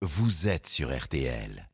vous êtes sur RTL.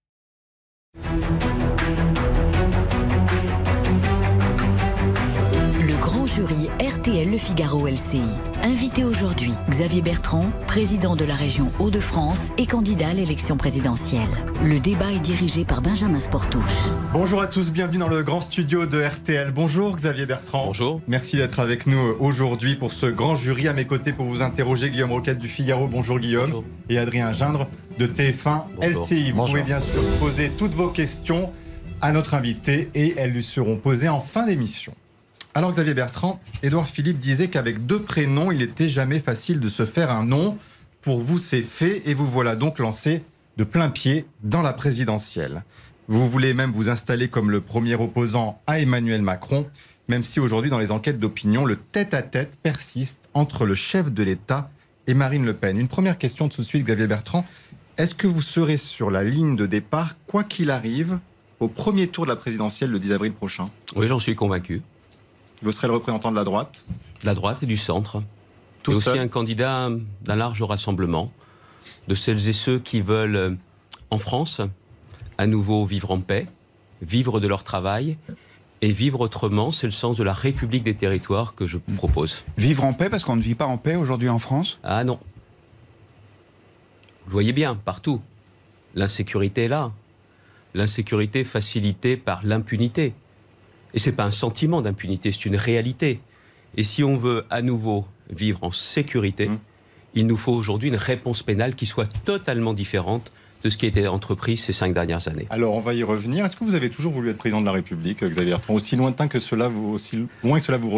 Le grand jury RTL Le Figaro LCI. Invité aujourd'hui, Xavier Bertrand, président de la région Hauts-de-France et candidat à l'élection présidentielle. Le débat est dirigé par Benjamin Sportouche. Bonjour à tous, bienvenue dans le grand studio de RTL. Bonjour Xavier Bertrand. Bonjour. Merci d'être avec nous aujourd'hui pour ce grand jury. À mes côtés pour vous interroger, Guillaume Roquette du Figaro. Bonjour Guillaume. Bonjour. Et Adrien Gindre de TF1 Bonjour. LCI. Vous Bonjour. pouvez bien sûr poser toutes vos questions à notre invité et elles lui seront posées en fin d'émission. Alors Xavier Bertrand, Édouard Philippe disait qu'avec 2 prénoms, il n'était jamais facile de se faire un nom. Pour vous, c'est fait et vous voilà donc lancé de plein pied dans la présidentielle. Vous voulez même vous installer comme le premier opposant à Emmanuel Macron, même si aujourd'hui, dans les enquêtes d'opinion, le tête-à-tête persiste entre le chef de l'État et Marine Le Pen. Une première question tout de suite, Xavier Bertrand. Est-ce que vous serez sur la ligne de départ, quoi qu'il arrive, au premier tour de la présidentielle le 10 avril prochain ? Oui, j'en suis convaincu. Vous serez le représentant de la droite ? De la droite et du centre. Tout et aussi seul. un candidat d'un large rassemblement de celles et ceux qui veulent, en France, à nouveau vivre en paix, vivre de leur travail et vivre autrement. C'est le sens de la République des territoires que je propose. Vivre en paix parce qu'on ne vit pas en paix aujourd'hui en France ? Ah non. Vous le voyez bien, partout. L'insécurité est là. L'insécurité facilitée par l'impunité. Et ce n'est pas un sentiment d'impunité, c'est une réalité. Et si on veut à nouveau vivre en sécurité, il nous faut aujourd'hui une réponse pénale qui soit totalement différente de ce qui a été entrepris ces 5 dernières années. Alors, on va y revenir. Est-ce que vous avez toujours voulu être président de la République, Xavier Bertrand, aussi loin que cela vous revienne ?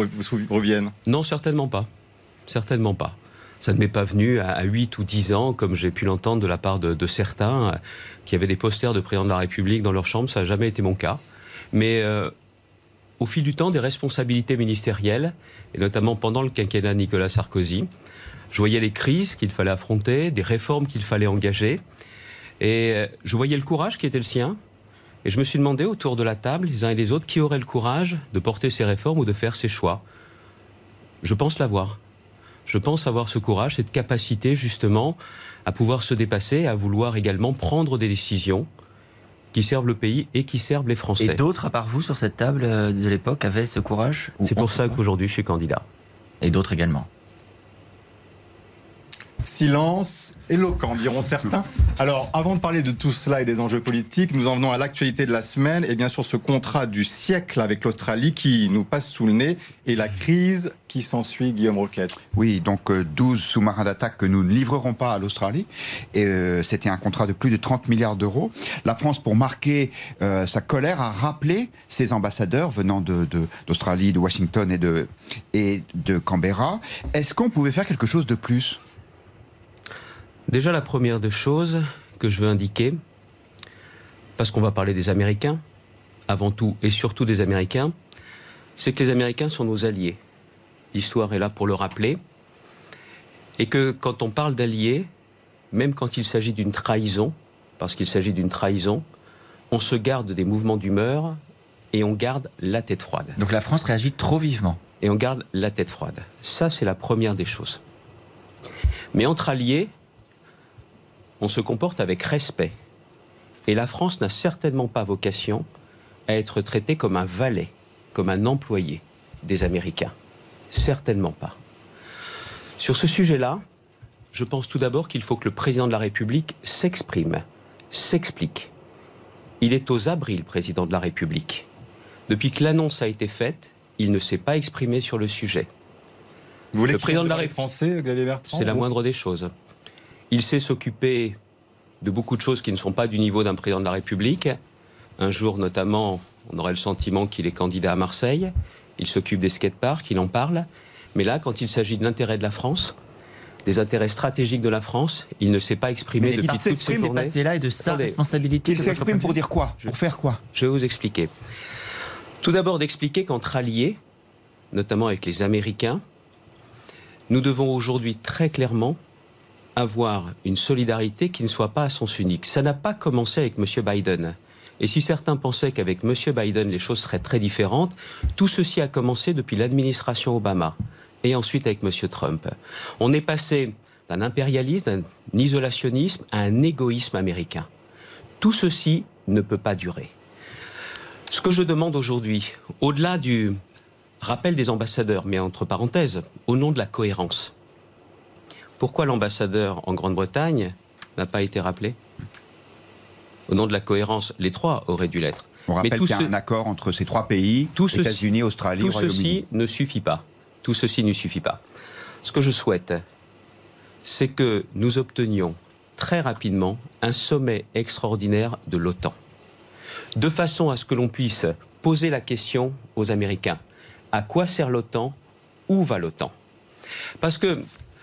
Non, certainement pas. Certainement pas. Ça ne m'est pas venu à 8 ou 10 ans, comme j'ai pu l'entendre de la part de certains qui avaient des posters de président de la République dans leur chambre. Ça n'a jamais été mon cas. Mais au fil du temps, des responsabilités ministérielles, et notamment pendant le quinquennat de Nicolas Sarkozy, je voyais les crises qu'il fallait affronter, des réformes qu'il fallait engager, et je voyais le courage qui était le sien, et je me suis demandé autour de la table, les uns et les autres, qui aurait le courage de porter ces réformes ou de faire ces choix. Je pense l'avoir. Je pense avoir ce courage, cette capacité justement à pouvoir se dépasser, à vouloir également prendre des décisions qui servent le pays et qui servent les Français. Et d'autres, à part vous, sur cette table de l'époque, avaient ce courage ? C'est pour ça qu'aujourd'hui, je suis candidat. Et d'autres également. Silence éloquent, diront certains. Alors, avant de parler de tout cela et des enjeux politiques, nous en venons à l'actualité de la semaine et bien sûr ce contrat du siècle avec l'Australie qui nous passe sous le nez et la crise qui s'ensuit, Guillaume Roquette. Oui, donc 12 sous-marins d'attaque que nous ne livrerons pas à l'Australie. Et c'était un contrat de plus de 30 milliards d'euros. La France, pour marquer sa colère, a rappelé ses ambassadeurs venant d'Australie, de Washington et de Canberra. Est-ce qu'on pouvait faire quelque chose de plus ? Déjà, la première des choses que je veux indiquer, parce qu'on va parler des Américains, avant tout et surtout des Américains, c'est que les Américains sont nos alliés. L'histoire est là pour le rappeler. Et que quand on parle d'alliés, même quand il s'agit d'une trahison, parce qu'il s'agit d'une trahison, on se garde des mouvements d'humeur et on garde la tête froide. Donc la France réagit trop vivement. Et on garde la tête froide. Ça, c'est la première des choses. Mais entre alliés, on se comporte avec respect. Et la France n'a certainement pas vocation à être traitée comme un valet, comme un employé des Américains. Certainement pas. Sur ce sujet-là, je pense tout d'abord qu'il faut que le président de la République s'exprime, s'explique. Il est aux abris, le président de la République. Depuis que l'annonce a été faite, il ne s'est pas exprimé sur le sujet. Vous voulez le président de la République français, Xavier Bertrand ? C'est la moindre des choses. Il sait s'occuper de beaucoup de choses qui ne sont pas du niveau d'un président de la République. Un jour, notamment, on aurait le sentiment qu'il est candidat à Marseille. Il s'occupe des skateparks, il en parle. Mais là, quand il s'agit de l'intérêt de la France, des intérêts stratégiques de la France, il ne s'est pas exprimé depuis toutes ces journées. Passé là et de sa responsabilité. Il s'exprime pour dire quoi ? Pour faire quoi ? Je vais vous expliquer. Tout d'abord, d'expliquer qu'entre alliés, notamment avec les Américains, nous devons aujourd'hui très clairement avoir une solidarité qui ne soit pas à sens unique. Ça n'a pas commencé avec M. Biden. Et si certains pensaient qu'avec M. Biden, les choses seraient très différentes, tout ceci a commencé depuis l'administration Obama et ensuite avec M. Trump. On est passé d'un impérialisme, d'un isolationnisme, à un égoïsme américain. Tout ceci ne peut pas durer. Ce que je demande aujourd'hui, au-delà du rappel des ambassadeurs, mais entre parenthèses, au nom de la cohérence, pourquoi l'ambassadeur en Grande-Bretagne n'a pas été rappelé ? Au nom de la cohérence, les trois auraient dû l'être. On rappelle qu'il y a un accord entre ces trois pays, États-Unis, Australie, Royaume-Uni. Tout ceci ne suffit pas. Tout ceci ne suffit pas. Ce que je souhaite, c'est que nous obtenions très rapidement un sommet extraordinaire de l'OTAN, de façon à ce que l'on puisse poser la question aux Américains. À quoi sert l'OTAN ? Où va l'OTAN ? Parce que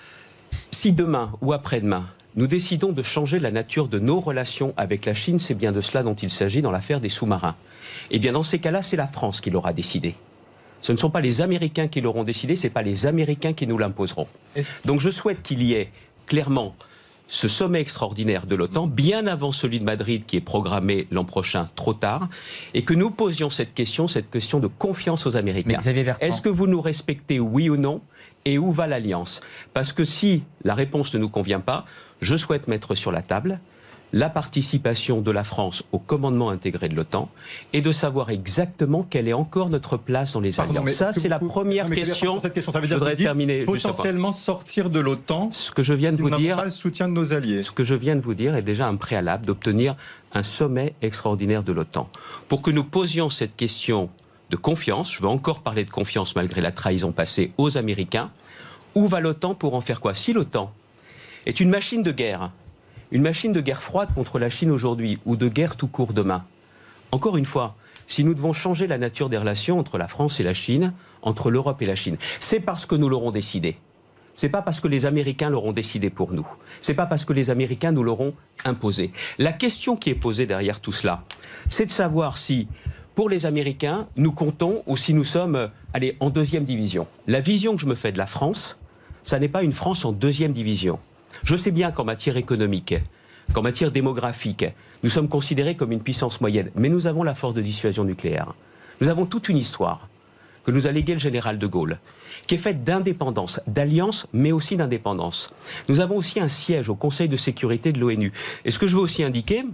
si demain ou après-demain, nous décidons de changer la nature de nos relations avec la Chine, c'est bien de cela dont il s'agit dans l'affaire des sous-marins. Eh bien, dans ces cas-là, c'est la France qui l'aura décidé. Ce ne sont pas les Américains qui l'auront décidé, ce n'est pas les Américains qui nous l'imposeront. Donc je souhaite qu'il y ait clairement ce sommet extraordinaire de l'OTAN, bien avant celui de Madrid qui est programmé l'an prochain, trop tard, et que nous posions cette question de confiance aux Américains. Est-ce que vous nous respectez, oui ou non ? Et où va l'alliance ? Parce que si la réponse ne nous convient pas, je souhaite mettre sur la table la participation de la France au commandement intégré de l'OTAN et de savoir exactement quelle est encore notre place dans les alliances. Ça, c'est la première question. Cette question, ça veut je voudrais terminer. Potentiellement sortir de l'OTAN. Ce que je viens de vous dire, pas le soutien de nos alliés. Ce que je viens de vous dire est déjà un préalable d'obtenir un sommet extraordinaire de l'OTAN pour que nous posions cette question de confiance. Je veux encore parler de confiance malgré la trahison passée aux Américains. Où va l'OTAN pour en faire quoi ? Si l'OTAN est une machine de guerre froide contre la Chine aujourd'hui, ou de guerre tout court demain. Encore une fois, si nous devons changer la nature des relations entre la France et la Chine, entre l'Europe et la Chine, c'est parce que nous l'aurons décidé. C'est pas parce que les Américains l'auront décidé pour nous. C'est pas parce que les Américains nous l'auront imposé. La question qui est posée derrière tout cela, c'est de savoir si, pour les Américains, nous comptons ou si nous sommes, en deuxième division. La vision que je me fais de la France, ça n'est pas une France en deuxième division. Je sais bien qu'en matière économique, qu'en matière démographique, nous sommes considérés comme une puissance moyenne. Mais nous avons la force de dissuasion nucléaire. Nous avons toute une histoire que nous a léguée le général de Gaulle, qui est faite d'indépendance, d'alliance, mais aussi d'indépendance. Nous avons aussi un siège au Conseil de sécurité de l'ONU. Et ce que je veux aussi indiquer,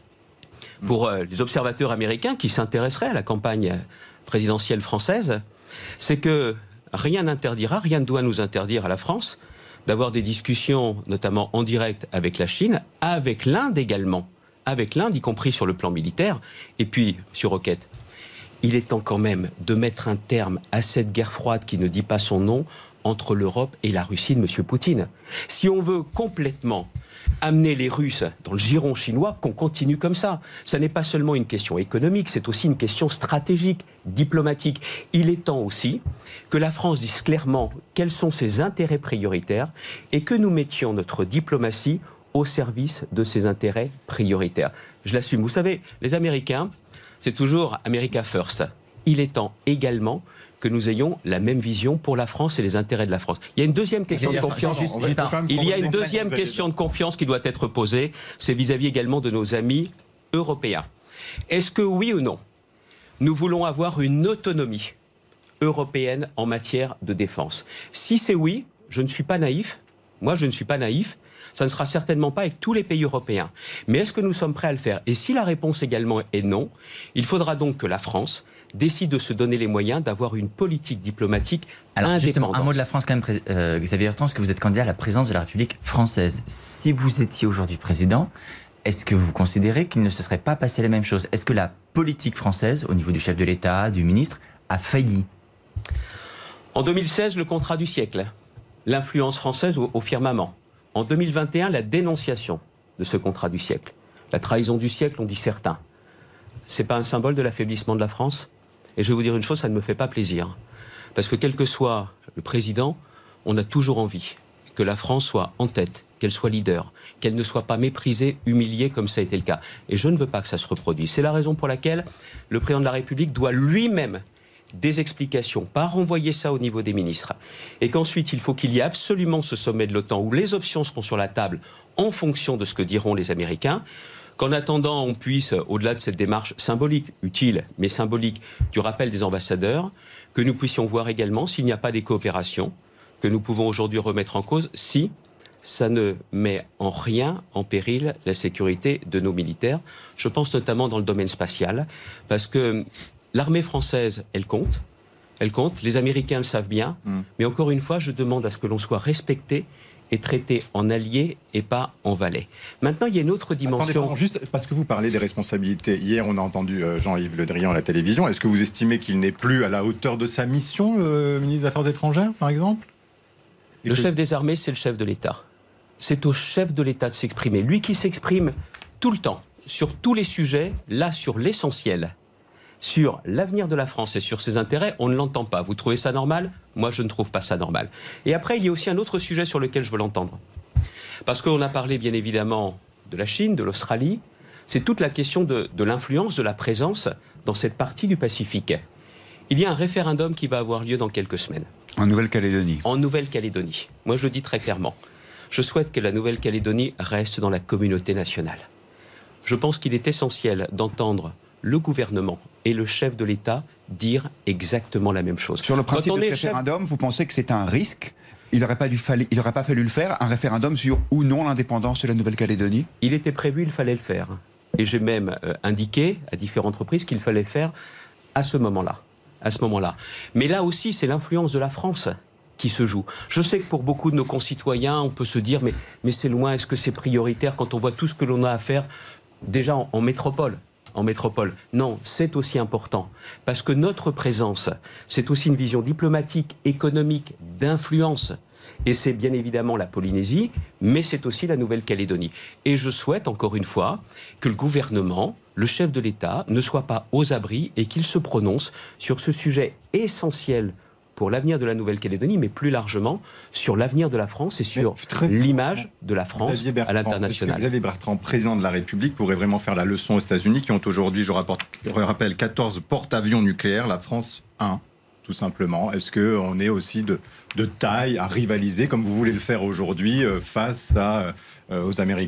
pour les observateurs américains qui s'intéresseraient à la campagne présidentielle française, c'est que rien n'interdira, rien ne doit nous interdire à la France d'avoir des discussions, notamment en direct avec la Chine, avec l'Inde également, avec l'Inde, y compris sur le plan militaire. Et puis, sur Roquette, il est temps quand même de mettre un terme à cette guerre froide qui ne dit pas son nom entre l'Europe et la Russie de M. Poutine. Si on veut complètement amener les Russes dans le giron chinois, qu'on continue comme ça. Ça n'est pas seulement une question économique, c'est aussi une question stratégique, diplomatique. Il est temps aussi que la France dise clairement quels sont ses intérêts prioritaires et que nous mettions notre diplomatie au service de ses intérêts prioritaires. Je l'assume. Vous savez, les Américains, c'est toujours America First. Il est temps également que nous ayons la même vision pour la France et les intérêts de la France. Il y a une deuxième question de confiance. Il y a une deuxième question de confiance qui doit être posée, c'est vis-à-vis également de nos amis européens. Est-ce que oui ou non, nous voulons avoir une autonomie européenne en matière de défense ? Si c'est oui, je ne suis pas naïf. Moi, je ne suis pas naïf. Ça ne sera certainement pas avec tous les pays européens. Mais est-ce que nous sommes prêts à le faire ? Et si la réponse également est non, il faudra donc que la France décide de se donner les moyens d'avoir une politique diplomatique indépendante. Justement, un mot de la France quand même, Xavier Bertrand, parce que vous êtes candidat à la présidence de la République française. Si vous étiez aujourd'hui président, est-ce que vous considérez qu'il ne se serait pas passé la même chose ? Est-ce que la politique française, au niveau du chef de l'État, du ministre, a failli ? En 2016, le contrat du siècle, l'influence française au firmament. En 2021, la dénonciation de ce contrat du siècle. La trahison du siècle, on dit certains. C'est pas un symbole de l'affaiblissement de la France ? Et je vais vous dire une chose, ça ne me fait pas plaisir. Parce que quel que soit le président, on a toujours envie que la France soit en tête, qu'elle soit leader, qu'elle ne soit pas méprisée, humiliée comme ça a été le cas. Et je ne veux pas que ça se reproduise. C'est la raison pour laquelle le président de la République doit lui-même des explications, pas renvoyer ça au niveau des ministres. Et qu'ensuite, il faut qu'il y ait absolument ce sommet de l'OTAN où les options seront sur la table en fonction de ce que diront les Américains. Qu'en attendant, on puisse, au-delà de cette démarche symbolique, utile, mais symbolique, du rappel des ambassadeurs, que nous puissions voir également s'il n'y a pas des coopérations que nous pouvons aujourd'hui remettre en cause si ça ne met en rien en péril la sécurité de nos militaires. Je pense notamment dans le domaine spatial, parce que l'armée française, elle compte, les Américains le savent bien, mais encore une fois, je demande à ce que l'on soit respecté et traité en allié et pas en valet. Maintenant, il y a une autre dimension... Attendez, pardon, juste parce que vous parlez des responsabilités. Hier, on a entendu Jean-Yves Le Drian à la télévision. Est-ce que vous estimez qu'il n'est plus à la hauteur de sa mission, le ministre des Affaires étrangères, par exemple ? Le chef des armées, c'est le chef de l'État. C'est au chef de l'État de s'exprimer. Lui qui s'exprime tout le temps, sur tous les sujets, là, sur l'essentiel, sur l'avenir de la France et sur ses intérêts, on ne l'entend pas. Vous trouvez ça normal ? Moi, je ne trouve pas ça normal. Et après, il y a aussi un autre sujet sur lequel je veux l'entendre. Parce qu'on a parlé, bien évidemment, de la Chine, de l'Australie. C'est toute la question de l'influence, de la présence dans cette partie du Pacifique. Il y a un référendum qui va avoir lieu dans quelques semaines. En Nouvelle-Calédonie. En Nouvelle-Calédonie. Moi, je le dis très clairement. Je souhaite que la Nouvelle-Calédonie reste dans la communauté nationale. Je pense qu'il est essentiel d'entendre le gouvernement et le chef de l'État dire exactement la même chose. Sur le principe de ce référendum, vous pensez que c'est un risque ? Il n'aurait pas fallu le faire, un référendum sur ou non l'indépendance de la Nouvelle-Calédonie ? Il était prévu, il fallait le faire. Et j'ai même indiqué à différentes reprises qu'il fallait le faire à ce moment-là. Mais là aussi, c'est l'influence de la France qui se joue. Je sais que pour beaucoup de nos concitoyens, on peut se dire mais c'est loin, est-ce que c'est prioritaire quand on voit tout ce que l'on a à faire déjà en métropole ? Non, c'est aussi important. Parce que notre présence, c'est aussi une vision diplomatique, économique, d'influence. Et c'est bien évidemment la Polynésie, mais c'est aussi la Nouvelle-Calédonie. Et je souhaite, encore une fois, que le gouvernement, le chef de l'État, ne soit pas aux abris et qu'il se prononce sur ce sujet essentiel pour l'avenir de la Nouvelle-Calédonie, mais plus largement sur l'avenir de la France et sur l'image de la France à l'international. Xavier Bertrand, président de la République, pourrait vraiment faire la leçon aux États-Unis, qui ont aujourd'hui, je rappelle, 14 porte-avions nucléaires, la France 1, tout simplement. Est-ce qu'on est aussi de taille à rivaliser, comme vous voulez le faire aujourd'hui, face aux Américains ?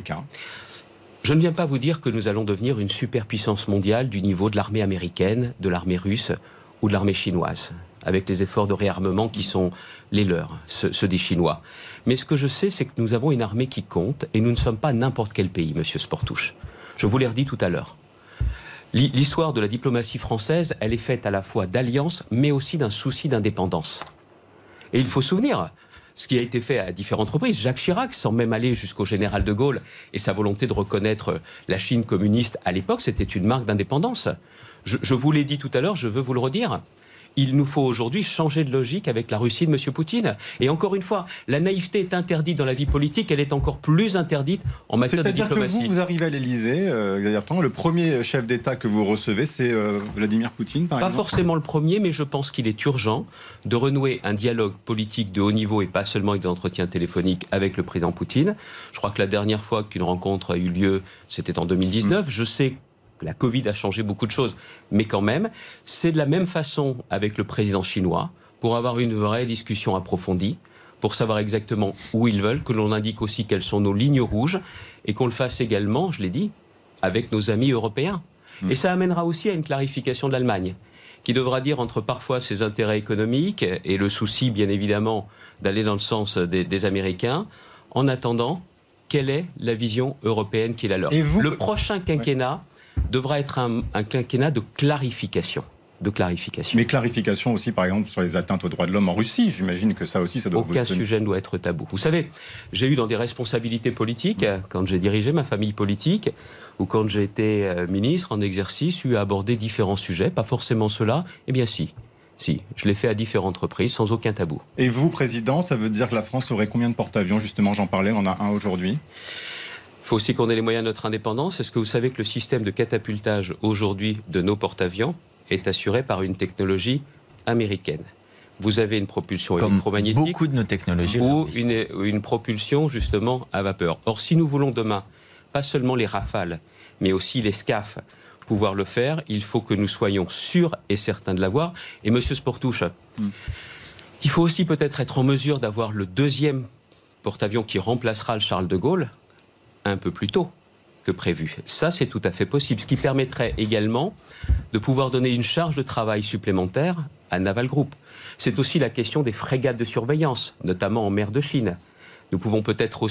Je ne viens pas vous dire que nous allons devenir une superpuissance mondiale du niveau de l'armée américaine, de l'armée russe ou de l'armée chinoise, avec les efforts de réarmement qui sont les leurs, ceux des Chinois. Mais ce que je sais, c'est que nous avons une armée qui compte, et nous ne sommes pas n'importe quel pays, monsieur Sportouche. Je vous l'ai redit tout à l'heure. L'histoire de la diplomatie française, elle est faite à la fois d'alliance, mais aussi d'un souci d'indépendance. Et il faut se souvenir ce qui a été fait à différentes reprises. Jacques Chirac, sans même aller jusqu'au général de Gaulle, et sa volonté de reconnaître la Chine communiste à l'époque, c'était une marque d'indépendance. Je vous l'ai dit tout à l'heure, je veux vous le redire. Il nous faut aujourd'hui changer de logique avec la Russie de M. Poutine. Et encore une fois, la naïveté est interdite dans la vie politique, elle est encore plus interdite en matière de diplomatie. C'est-à-dire que vous arrivez à l'Élysée, Xavier Bertrand, le premier chef d'État que vous recevez, c'est Vladimir Poutine, par exemple ? Pas forcément le premier, mais je pense qu'il est urgent de renouer un dialogue politique de haut niveau et pas seulement avec des entretiens téléphoniques avec le président Poutine. Je crois que la dernière fois qu'une rencontre a eu lieu, c'était en 2019. Je sais que la Covid a changé beaucoup de choses, mais quand même, c'est de la même façon avec le président chinois, pour avoir une vraie discussion approfondie, pour savoir exactement où ils veulent, que l'on indique aussi quelles sont nos lignes rouges, et qu'on le fasse également, je l'ai dit, avec nos amis européens. Et ça amènera aussi à une clarification de l'Allemagne, qui devra dire entre parfois ses intérêts économiques et le souci, bien évidemment, d'aller dans le sens des Américains, en attendant, quelle est la vision européenne qui est la leur. Le prochain quinquennat devra être un quinquennat de clarification. Mais clarification aussi, par exemple, sur les atteintes aux droits de l'homme en Russie. J'imagine que ça aussi, ça doit... Aucun sujet ne doit être tabou. Vous savez, j'ai eu dans des responsabilités politiques, quand j'ai dirigé ma famille politique, ou quand j'ai été ministre en exercice, eu à aborder différents sujets, pas forcément ceux-là. Eh bien si, je l'ai fait à différentes reprises, sans aucun tabou. Et vous, Président, ça veut dire que la France aurait combien de porte-avions ? Justement, j'en parlais, on en a un aujourd'hui. Il faut aussi qu'on ait les moyens de notre indépendance. Est-ce que vous savez que le système de catapultage aujourd'hui de nos porte-avions est assuré par une technologie américaine ? Vous avez une propulsion électromagnétique, beaucoup de nos technologies, ou une propulsion justement à vapeur. Or, si nous voulons demain, pas seulement les Rafales, mais aussi les SCAF, pouvoir le faire, il faut que nous soyons sûrs et certains de l'avoir. Et Monsieur Sportouche, il faut aussi peut-être être en mesure d'avoir le deuxième porte-avions qui remplacera le Charles de Gaulle un peu plus tôt que prévu. Ça, c'est tout à fait possible. Ce qui permettrait également de pouvoir donner une charge de travail supplémentaire à Naval Group. C'est aussi la question des frégates de surveillance, notamment en mer de Chine. nous pouvons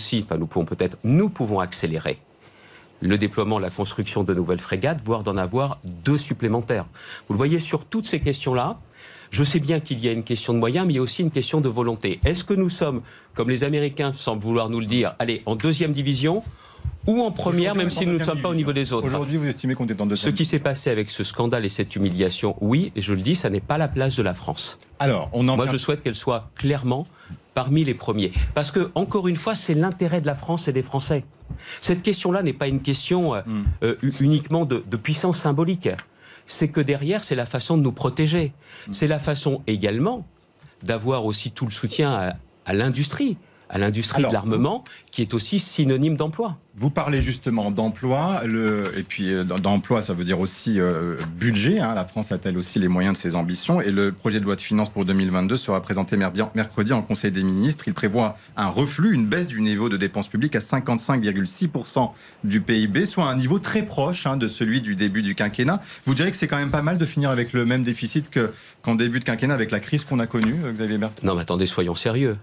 accélérer le déploiement, la construction de nouvelles frégates, voire d'en avoir 2 supplémentaires. Vous le voyez, sur toutes ces questions-là, je sais bien qu'il y a une question de moyens, mais il y a aussi une question de volonté. Est-ce que nous sommes, comme les Américains semblent vouloir nous le dire, allez, en 2e division ou en première, même si nous ne sommes pas au niveau des autres? Aujourd'hui, vous estimez qu'on est en 2e Ce qui s'est passé avec ce scandale et cette humiliation, oui, et je le dis, ça n'est pas la place de la France. Alors, Moi, je souhaite qu'elle soit clairement parmi les premiers. Parce que, encore une fois, c'est l'intérêt de la France et des Français. Cette question-là n'est pas une question uniquement de puissance symbolique. C'est que derrière, c'est la façon de nous protéger. C'est la façon également d'avoir aussi tout le soutien à l'industrie de l'armement, qui est aussi synonyme d'emploi. Vous parlez justement d'emploi, et puis d'emploi, ça veut dire aussi budget. La France a-t-elle aussi les moyens de ses ambitions? Et le projet de loi de finances pour 2022 sera présenté mercredi en Conseil des ministres. Il prévoit un reflux, une baisse du niveau de dépenses publiques à 55,6% du PIB, soit un niveau très proche de celui du début du quinquennat. Vous direz que c'est quand même pas mal de finir avec le même déficit qu'en début de quinquennat, avec la crise qu'on a connue, Xavier Bertrand? Non, mais attendez, soyons sérieux.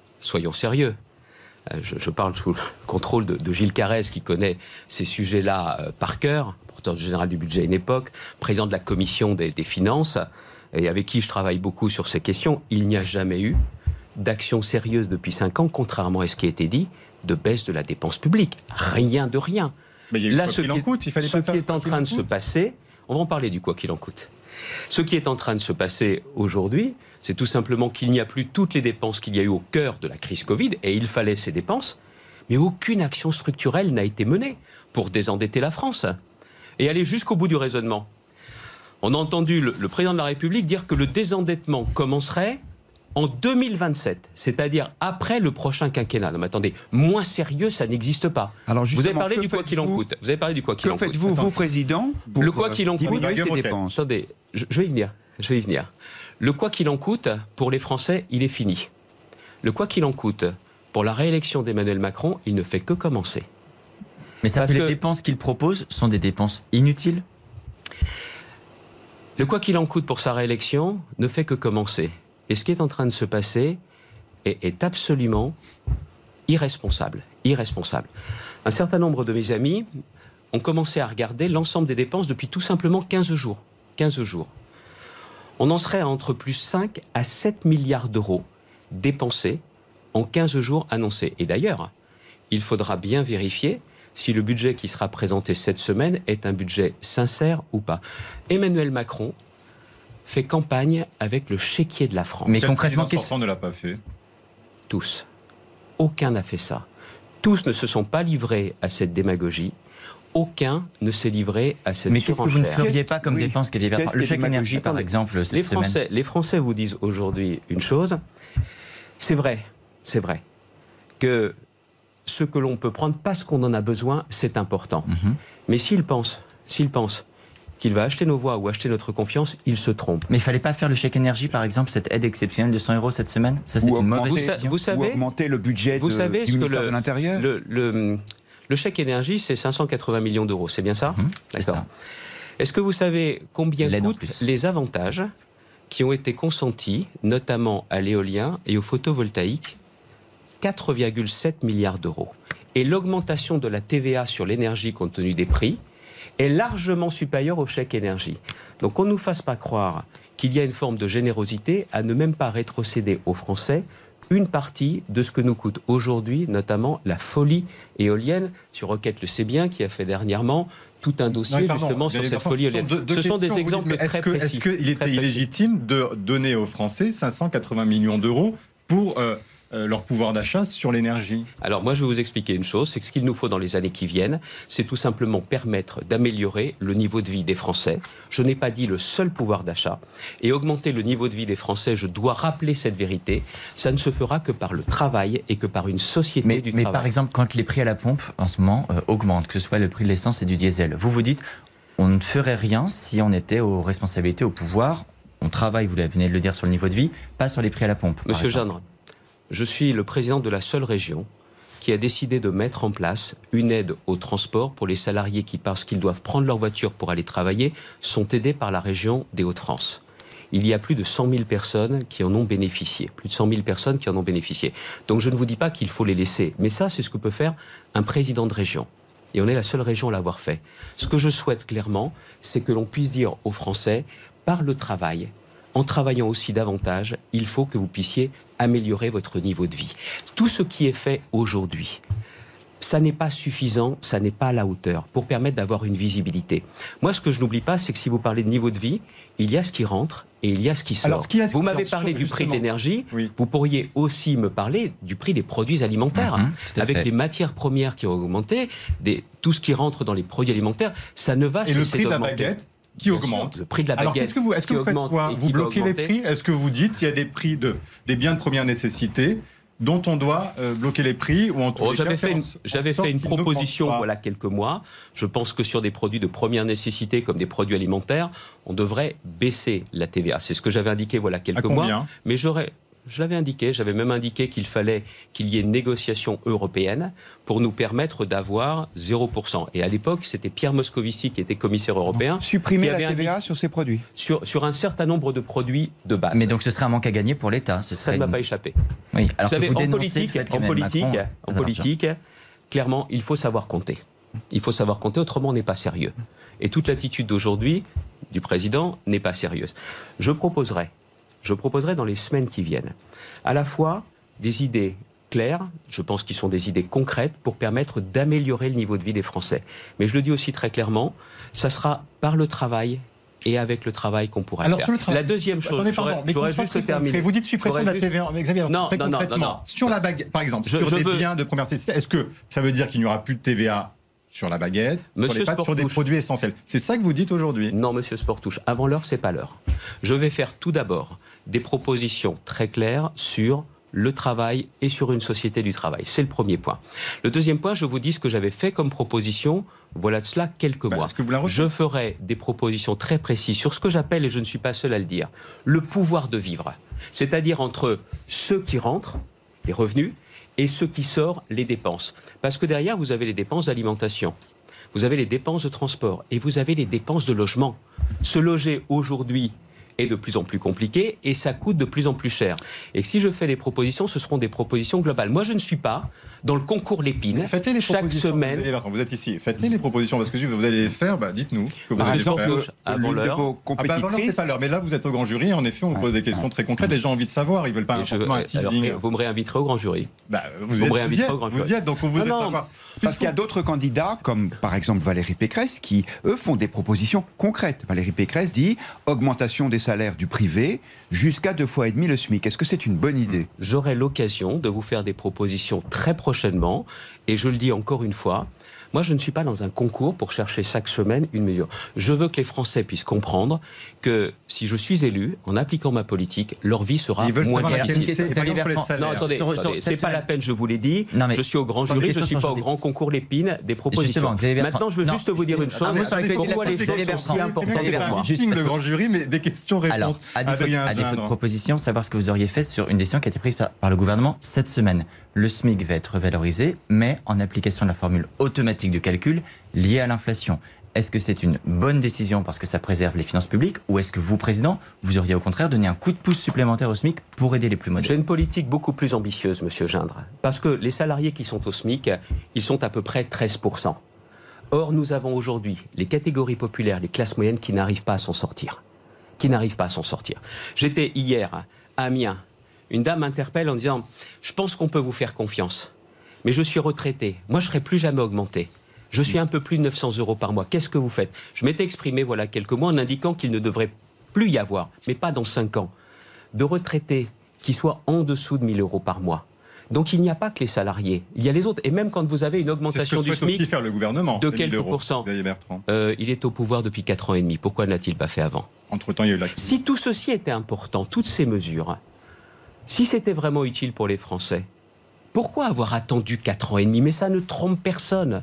Je parle sous le contrôle de Gilles Carrez, qui connaît ces sujets-là par cœur, porteur général du budget à une époque, président de la commission des finances, et avec qui je travaille beaucoup sur ces questions. Il n'y a jamais eu d'action sérieuse depuis 5 ans, contrairement à ce qui a été dit, de baisse de la dépense publique. Rien de rien. Mais il y a eu quoi qu'il en coûte, il fallait pas faire ce qui est en train de se passer, on va en parler du quoi qu'il en coûte. Ce qui est en train de se passer aujourd'hui, c'est tout simplement qu'il n'y a plus toutes les dépenses qu'il y a eu au cœur de la crise Covid, et il fallait ces dépenses, mais aucune action structurelle n'a été menée pour désendetter la France et aller jusqu'au bout du raisonnement. On a entendu le président de la République dire que le désendettement commencerait en 2027, c'est-à-dire après le prochain quinquennat. Non mais attendez, moins sérieux, ça n'existe pas. Alors vous avez parlé du quoi qu'il en coûte. Vous avez parlé du quoi qu'il en coûte. Que faites-vous, vous, président, pour le quoi qu'il en coûte, diminuer ces dépenses? Attendez, je vais y venir. Le quoi qu'il en coûte, pour les Français, il est fini. Le quoi qu'il en coûte, pour la réélection d'Emmanuel Macron, il ne fait que commencer. Mais ça, les dépenses qu'il propose sont des dépenses inutiles? Le quoi qu'il en coûte pour sa réélection ne fait que commencer. Et ce qui est en train de se passer est absolument irresponsable. Un certain nombre de mes amis ont commencé à regarder l'ensemble des dépenses depuis tout simplement 15 jours. 15 jours. On en serait à entre plus 5 à 7 milliards d'euros dépensés en 15 jours annoncés. Et d'ailleurs, il faudra bien vérifier si le budget qui sera présenté cette semaine est un budget sincère ou pas. Emmanuel Macron fait campagne avec le chéquier de la France. Mais concrètement, qu'est-ce qu'on ne l'a pas fait? Tous. Aucun n'a fait ça. Tous ne se sont pas livrés à cette démagogie. Aucun ne s'est livré à cette surenchère. Mais qu'est-ce que vous ne feriez pas comme dépense, Xavier Bertrand? Le chèque énergie, par exemple, cette semaine. Les Français vous disent aujourd'hui une chose. C'est vrai que ce que l'on peut prendre parce qu'on en a besoin, c'est important. Mais s'ils pensent qu'il va acheter nos voix ou acheter notre confiance, il se trompe. Mais il ne fallait pas faire le chèque énergie, par exemple, cette aide exceptionnelle de 100 € cette semaine? Ça, c'est une mauvaise décision. Vous savez, ou augmenter le budget du ministère de l'Intérieur? Le chèque énergie, c'est 580 millions d'euros, c'est bien ça? D'accord. Est-ce que vous savez combien coûtent les avantages qui ont été consentis, notamment à l'éolien et au photovoltaïque? 4,7 milliards d'euros. Et l'augmentation de la TVA sur l'énergie compte tenu des prix est largement supérieure au chèque énergie. Donc qu'on ne nous fasse pas croire qu'il y a une forme de générosité à ne même pas rétrocéder aux Français une partie de ce que nous coûte aujourd'hui, notamment la folie éolienne. Sur Roquette le sait bien, qui a fait dernièrement tout un dossier justement sur cette folie éolienne. Ce sont des exemples très précis. Est-ce qu'il était illégitime de donner aux Français 580 millions d'euros pour leur pouvoir d'achat sur l'énergie? Alors moi je vais vous expliquer une chose, c'est que ce qu'il nous faut dans les années qui viennent, c'est tout simplement permettre d'améliorer le niveau de vie des Français. Je n'ai pas dit le seul pouvoir d'achat. Et augmenter le niveau de vie des Français, je dois rappeler cette vérité, ça ne se fera que par le travail et que par une société du travail. Mais par exemple, quand les prix à la pompe en ce moment augmentent, que ce soit le prix de l'essence et du diesel, vous dites on ne ferait rien si on était aux responsabilités, au pouvoir, on travaille, vous venez de le dire, sur le niveau de vie, pas sur les prix à la pompe. Monsieur Jeanne, je suis le président de la seule région qui a décidé de mettre en place une aide au transport pour les salariés qui, parce qu'ils doivent prendre leur voiture pour aller travailler, sont aidés par la région des Hauts-de-France. il y a plus de 100 000 personnes qui en ont bénéficié. Plus de 100 000 personnes qui en ont bénéficié. Donc je ne vous dis pas qu'il faut les laisser. Mais ça, c'est ce que peut faire un président de région. Et on est la seule région à l'avoir fait. Ce que je souhaite clairement, c'est que l'on puisse dire aux Français, par le travail, en travaillant aussi davantage, il faut que vous puissiez améliorer votre niveau de vie. Tout ce qui est fait aujourd'hui, ça n'est pas suffisant, ça n'est pas à la hauteur pour permettre d'avoir une visibilité. Moi, ce que je n'oublie pas, c'est que si vous parlez de niveau de vie, il y a ce qui rentre et il y a ce qui sort. Alors, vous m'avez parlé du prix de l'énergie, oui. Vous pourriez aussi me parler du prix des produits alimentaires. Avec les matières premières qui ont augmenté, tout ce qui rentre dans les produits alimentaires, ça ne va et le prix de la baguette qui augmente. Sûr, le prix de la baguette. Alors, est-ce que vous faites quoi? Vous bloquez les prix? Est-ce que vous dites qu'il y a des prix des biens de première nécessité dont on doit bloquer les prix ou en tout cas J'avais fait une proposition voilà quelques mois. Je pense que sur des produits de première nécessité comme des produits alimentaires, on devrait baisser la TVA. C'est ce que j'avais indiqué voilà quelques mois. Mais je l'avais indiqué, j'avais même indiqué qu'il fallait qu'il y ait une négociation européenne pour nous permettre d'avoir 0%. Et à l'époque, c'était Pierre Moscovici qui était commissaire européen. Supprimer la TVA sur ces produits. Sur un certain nombre de produits de base. Mais donc ce serait un manque à gagner pour l'État. Ça ne m'a pas échappé. Oui. Alors vous savez, en politique, clairement, il faut savoir compter. Il faut savoir compter, autrement on n'est pas sérieux. Et toute l'attitude d'aujourd'hui du président n'est pas sérieuse. Je proposerai dans les semaines qui viennent à la fois des idées claires, je pense qu'ils sont des idées concrètes pour permettre d'améliorer le niveau de vie des Français. Mais je le dis aussi très clairement, ça sera par le travail et avec le travail qu'on pourra faire. La deuxième chose, j'aurais juste terminé. Vous dites suppression de la TVA, mais Xavier, très concrètement, sur la baguette, par exemple, sur des biens de première nécessité, est-ce que ça veut dire qu'il n'y aura plus de TVA sur la baguette, sur les pâtes, sur des produits essentiels? C'est ça que vous dites aujourd'hui? Non, monsieur Sportouche, avant l'heure, c'est pas l'heure. Je vais faire tout d'abord des propositions très claires sur le travail et sur une société du travail. C'est le premier point. Le deuxième point, je vous dis ce que j'avais fait comme proposition, voilà de cela quelques mois. Je ferai des propositions très précises sur ce que j'appelle, et je ne suis pas seul à le dire, le pouvoir de vivre. C'est-à-dire entre ceux qui rentrent, les revenus, et ceux qui sortent, les dépenses. Parce que derrière, vous avez les dépenses d'alimentation, vous avez les dépenses de transport, et vous avez les dépenses de logement. Se loger aujourd'hui est de plus en plus compliqué et ça coûte de plus en plus cher. Et si je fais des propositions, ce seront des propositions globales. Moi, je ne suis pas dans le concours Lépine. Faites-les les chaque semaine. Vous êtes ici. Faites-les les propositions parce que si vous allez les faire, dites-nous. Par exemple, avant l'heure. De vos compétitrices. Avant l'heure, c'est pas l'heure. Mais là, vous êtes au grand jury. En effet, on vous pose des questions très concrètes. Les gens ont envie de savoir. Ils veulent pas forcément un teasing. Vous me réinviterez au grand jury. Vous y êtes, donc on voudrait savoir. Parce qu'il y a d'autres candidats, comme par exemple Valérie Pécresse, qui, eux, font des propositions concrètes. Valérie Pécresse dit augmentation des salaires du privé jusqu'à 2,5 fois le SMIC. Est-ce que c'est une bonne idée? J'aurai l'occasion de vous faire des propositions très prochainement. Et je le dis encore une fois, moi, je ne suis pas dans un concours pour chercher chaque semaine une mesure. Je veux que les Français puissent comprendre que si je suis élu, en appliquant ma politique, leur vie sera moins difficile. Non, attendez, c'est pas la peine, je vous l'ai dit. Je suis au grand jury, je ne suis pas au grand concours Lépine des propositions. Maintenant, je veux juste vous dire une chose. Pourquoi les choses sont si importantes pour moi? Le grand jury, mais des questions-réponses. À défaut de proposition, savoir ce que vous auriez fait sur une décision qui a été prise par le gouvernement cette semaine. Le SMIC va être valorisé, mais en application de la formule automatique de calcul liée à l'inflation. Est-ce que c'est une bonne décision parce que ça préserve les finances publiques ou est-ce que vous, président, vous auriez au contraire donné un coup de pouce supplémentaire au SMIC pour aider les plus modestes? J'ai une politique beaucoup plus ambitieuse, monsieur Gindre, parce que les salariés qui sont au SMIC, ils sont à peu près 13%. Or, nous avons aujourd'hui les catégories populaires, les classes moyennes qui n'arrivent pas à s'en sortir. J'étais hier à Amiens. Une dame m'interpelle en disant « Je pense qu'on peut vous faire confiance, mais je suis retraité. Moi, je ne serai plus jamais augmenté. Je suis un peu plus de 900 € par mois. Qu'est-ce que vous faites ?» Je m'étais exprimé voilà quelques mois en indiquant qu'il ne devrait plus y avoir, mais pas dans 5 ans, de retraités qui soient en dessous de 1 000 € par mois. Donc il n'y a pas que les salariés, il y a les autres. Et même quand vous avez une augmentation du SMIC aussi faire le gouvernement, de quelques pourcents, il est au pouvoir depuis 4 ans et demi. Pourquoi n'a-t-il pas fait avant? Entre-temps, il y a eu la... Si tout ceci était important, toutes ces mesures, si c'était vraiment utile pour les Français, pourquoi avoir attendu 4 ans et demi? Mais ça ne trompe personne.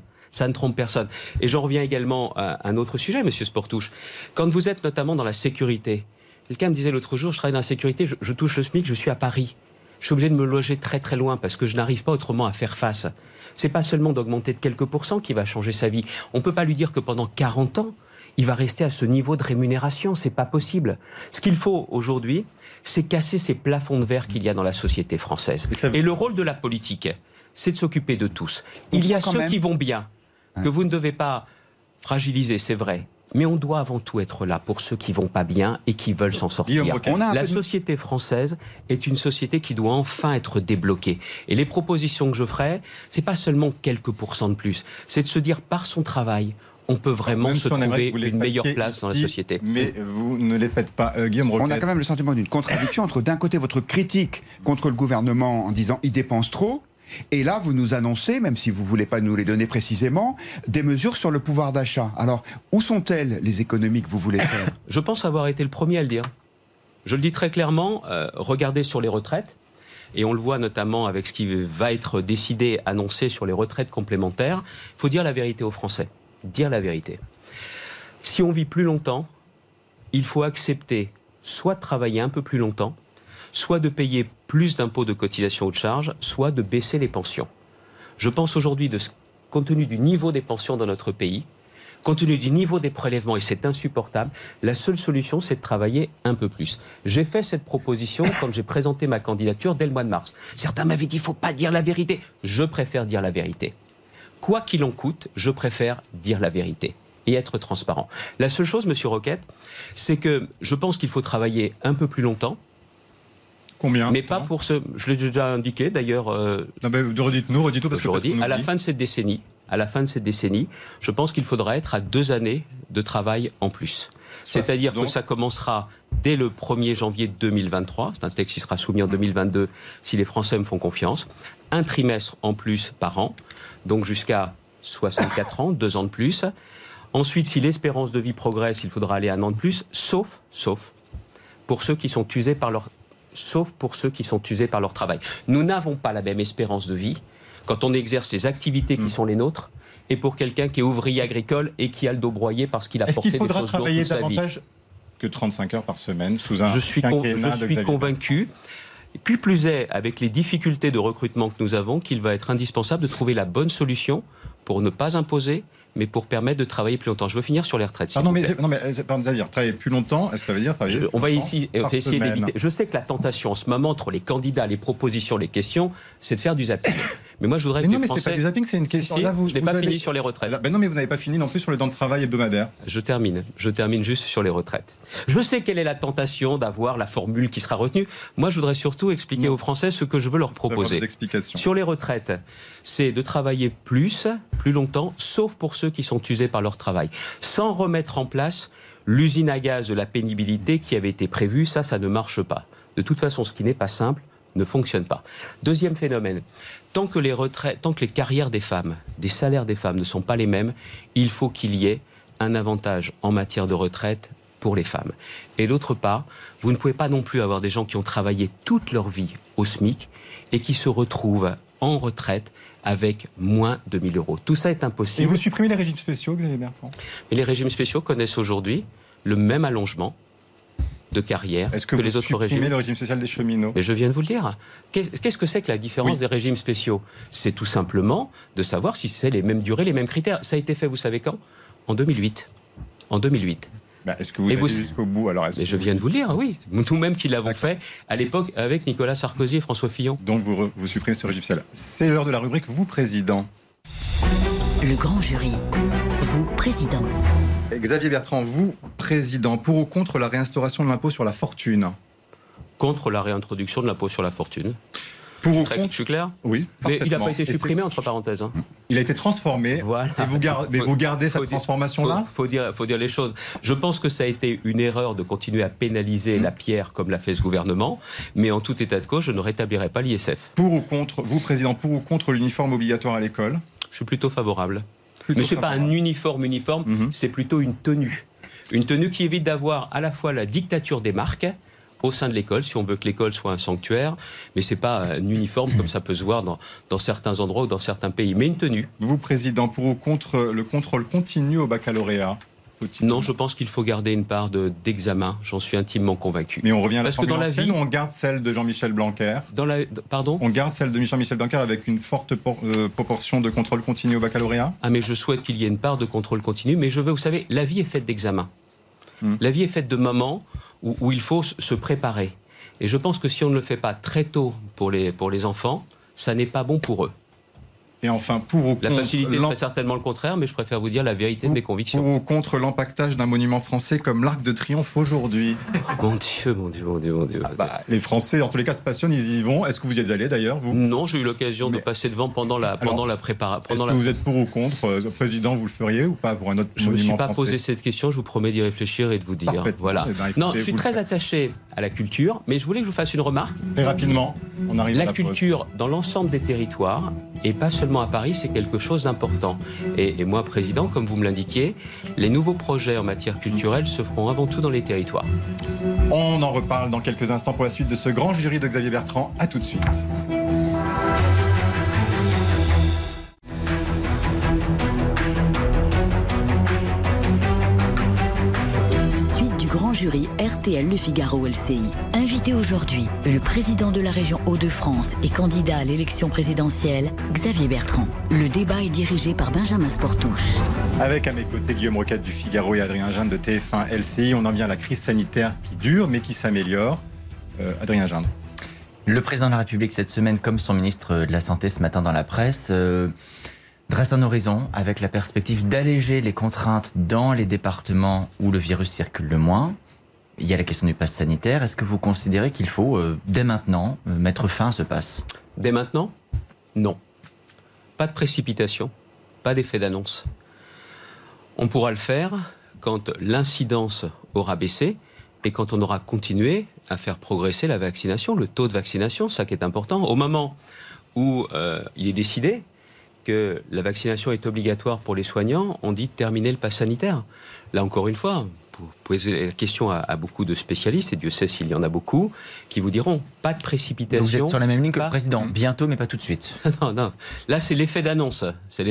Et j'en reviens également à un autre sujet, monsieur Sportouche. Quand vous êtes notamment dans la sécurité, quelqu'un me disait l'autre jour, je travaille dans la sécurité, je touche le SMIC, je suis à Paris. Je suis obligé de me loger très très loin parce que je n'arrive pas autrement à faire face. C'est pas seulement d'augmenter de quelques pourcents qui va changer sa vie. On ne peut pas lui dire que pendant 40 ans, il va rester à ce niveau de rémunération. C'est pas possible. Ce qu'il faut aujourd'hui, c'est casser ces plafonds de verre qu'il y a dans la société française. Et le rôle de la politique, c'est de s'occuper de tous. Il y a ceux qui vont bien, que vous ne devez pas fragiliser, c'est vrai. Mais on doit avant tout être là pour ceux qui vont pas bien et qui veulent s'en sortir. La société française est une société qui doit enfin être débloquée. Et les propositions que je ferai, c'est pas seulement quelques pourcents de plus. C'est de se dire par son travail, on peut vraiment se trouver une meilleure place dans la société. Mais vous ne les faites pas, Guillaume Roquette. On a quand même le sentiment d'une contradiction entre d'un côté votre critique contre le gouvernement en disant il dépense trop. Et là, vous nous annoncez, même si vous ne voulez pas nous les donner précisément, des mesures sur le pouvoir d'achat. Alors, où sont-elles, les économies que vous voulez faire ? Je pense avoir été le premier à le dire. Je le dis très clairement, regardez sur les retraites, et on le voit notamment avec ce qui va être décidé, annoncé sur les retraites complémentaires, il faut dire la vérité aux Français. Dire la vérité. Si on vit plus longtemps, il faut accepter soit de travailler un peu plus longtemps, soit de payer plus d'impôts, de cotisations ou de charges, soit de baisser les pensions. Je pense aujourd'hui, compte tenu du niveau des pensions dans notre pays, compte tenu du niveau des prélèvements, et c'est insupportable, la seule solution, c'est de travailler un peu plus. J'ai fait cette proposition quand j'ai présenté ma candidature dès le mois de mars. Certains m'avaient dit, il ne faut pas dire la vérité. Je préfère dire la vérité. Quoi qu'il en coûte, je préfère dire la vérité et être transparent. La seule chose, Monsieur Roquette, c'est que je pense qu'il faut travailler un peu plus longtemps. Combien ? Mais pas pour ce... Je l'ai déjà indiqué, d'ailleurs... Non, mais redites-nous, parce que... À la fin de cette décennie, je pense qu'il faudra être à 2 années de travail en plus. C'est-à-dire que ça commencera dès le 1er janvier 2023. C'est un texte qui sera soumis en 2022, si les Français me font confiance. Un trimestre en plus par an, donc jusqu'à 64 ans, 2 ans de plus. Ensuite, si l'espérance de vie progresse, il faudra aller 1 an de plus, sauf pour ceux qui sont usés par leur travail. Nous n'avons pas la même espérance de vie quand on exerce les activités qui sont les nôtres et pour quelqu'un qui est ouvrier agricole et qui a le dos broyé parce qu'il a porté des choses lourdes toute sa vie. Est-ce qu'il faudra travailler davantage que 35 heures par semaine sous un quinquennat? Je suis convaincu, qui plus est avec les difficultés de recrutement que nous avons, qu'il va être indispensable de trouver la bonne solution pour ne pas imposer, mais pour permettre de travailler plus longtemps. Je veux finir sur les retraites. C'est-à-dire travailler plus longtemps, est-ce que ça veut dire travailler on va essayer d'éviter. Je sais que la tentation en ce moment entre les candidats, les propositions, les questions, c'est de faire du zapping. Mais moi, je voudrais que les Français... c'est pas du zapping, c'est une question. Je n'ai pas fini sur les retraites. Non, mais vous n'avez pas fini non plus sur le temps de travail hebdomadaire. Je termine juste sur les retraites. Je sais quelle est la tentation d'avoir la formule qui sera retenue. Moi, je voudrais surtout expliquer aux Français ce que je veux leur proposer. Sur les retraites, c'est de travailler plus longtemps, sauf pour ceux qui sont usés par leur travail, sans remettre en place l'usine à gaz de la pénibilité qui avait été prévue. Ça ne marche pas. De toute façon, ce qui n'est pas simple ne fonctionne pas. Deuxième phénomène, tant que les carrières des femmes, des salaires des femmes ne sont pas les mêmes, il faut qu'il y ait un avantage en matière de retraite pour les femmes. Et d'autre part, vous ne pouvez pas non plus avoir des gens qui ont travaillé toute leur vie au SMIC et qui se retrouvent en retraite avec moins de 1 000 €. Tout ça est impossible. Et vous supprimez les régimes spéciaux, Xavier Bertrand ? Mais les régimes spéciaux connaissent aujourd'hui le même allongement de carrière que les autres régimes. Est-ce que vous supprimez le régime social des cheminots ? Mais je viens de vous le dire. Qu'est-ce que c'est que la différence des régimes spéciaux ? C'est tout simplement de savoir si c'est les mêmes durées, les mêmes critères. Ça a été fait, vous savez quand ? En 2008. Est-ce que vous allez jusqu'au bout alors ? Mais je viens de vous le dire, oui. Nous-mêmes qui l'avons fait à l'époque avec Nicolas Sarkozy et François Fillon. Donc vous supprimez ce régime social. C'est l'heure de la rubrique Vous, Président. Le grand jury. Vous, Président. Xavier Bertrand, vous, Président, pour ou contre la réinstauration de l'impôt sur la fortune ? Contre la réintroduction de l'impôt sur la fortune. Pour ou contre ? Je suis clair ? Oui, mais il n'a pas été supprimé, entre parenthèses. Il a été transformé. Voilà. Et vous gardez cette transformation-là ? Faut dire les choses. Je pense que ça a été une erreur de continuer à pénaliser la pierre comme l'a fait ce gouvernement. Mais en tout état de cause, je ne rétablirai pas l'ISF. Pour ou contre, vous, Président, pour ou contre l'uniforme obligatoire à l'école ? Je suis plutôt favorable. Mais ce n'est pas un uniforme, c'est plutôt une tenue. Une tenue qui évite d'avoir à la fois la dictature des marques au sein de l'école, si on veut que l'école soit un sanctuaire, mais ce n'est pas un uniforme comme ça peut se voir dans certains endroits ou dans certains pays, mais une tenue. Vous, Président, pour ou contre le contrôle continu au baccalauréat ? Non, je pense qu'il faut garder une part d'examen, j'en suis intimement convacu. Mais on revient à la Parce que dans la vie, ou on garde celle de Jean-Michel Blanquer? Pardon? On garde celle de Jean-Michel Blanquer avec une forte proportion de contrôle continu au baccalauréat? Ah, mais je souhaite qu'il y ait une part de contrôle continu, mais vous savez, la vie est faite d'examens. La vie est faite de moments où il faut se préparer. Et je pense que si on ne le fait pas très tôt pour les enfants, ça n'est pas bon pour eux. Et enfin, pour ou contre... La facilité serait certainement le contraire, mais je préfère vous dire la vérité de mes convictions. Pour ou contre l'empaquetage d'un monument français comme l'Arc de Triomphe aujourd'hui? Mon Dieu. Les Français, en tous les cas, se passionnent, ils y vont. Est-ce que vous y êtes allé d'ailleurs, vous? Non, j'ai eu l'occasion de passer devant pendant la préparation. Est-ce que vous êtes pour ou contre? Président, vous le feriez ou pas pour un autre monument français? Je ne me suis pas posé cette question, je vous promets d'y réfléchir et de vous dire. Voilà. Écoutez, non, je suis très attaché à la culture, mais je voulais que je vous fasse une remarque. Très rapidement, on arrive à la culture dans l'ensemble des territoires, et pas seulement à Paris, c'est quelque chose d'important. Et moi, président, comme vous me l'indiquiez, les nouveaux projets en matière culturelle se feront avant tout dans les territoires. On en reparle dans quelques instants pour la suite de ce grand jury de Xavier Bertrand. À tout de suite. Jury RTL Le Figaro LCI. Invité aujourd'hui, le président de la région Hauts-de-France et candidat à l'élection présidentielle, Xavier Bertrand. Le débat est dirigé par Benjamin Sportouche. Avec à mes côtés Guillaume Roquette du Figaro et Adrien Gindre de TF1 LCI. On en vient à la crise sanitaire qui dure mais qui s'améliore. Adrien Gindre. Le président de la République cette semaine, comme son ministre de la Santé ce matin dans la presse, dresse un horizon avec la perspective d'alléger les contraintes dans les départements où le virus circule le moins. Il y a la question du pass sanitaire. Est-ce que vous considérez qu'il faut, dès maintenant, mettre fin à ce pass? Dès maintenant? Non. Pas de précipitation, pas d'effet d'annonce. On pourra le faire quand l'incidence aura baissé et quand on aura continué à faire progresser la vaccination, le taux de vaccination, ça qui est important. Au moment où il est décidé que la vaccination est obligatoire pour les soignants, on dit terminer le pass sanitaire. Là, encore une fois, vous posez la question à beaucoup de spécialistes, et Dieu sait s'il y en a beaucoup, qui vous diront pas de précipitation. Donc vous êtes sur la même ligne que le président, bientôt mais pas tout de suite. Non. Là, c'est l'effet d'annonce.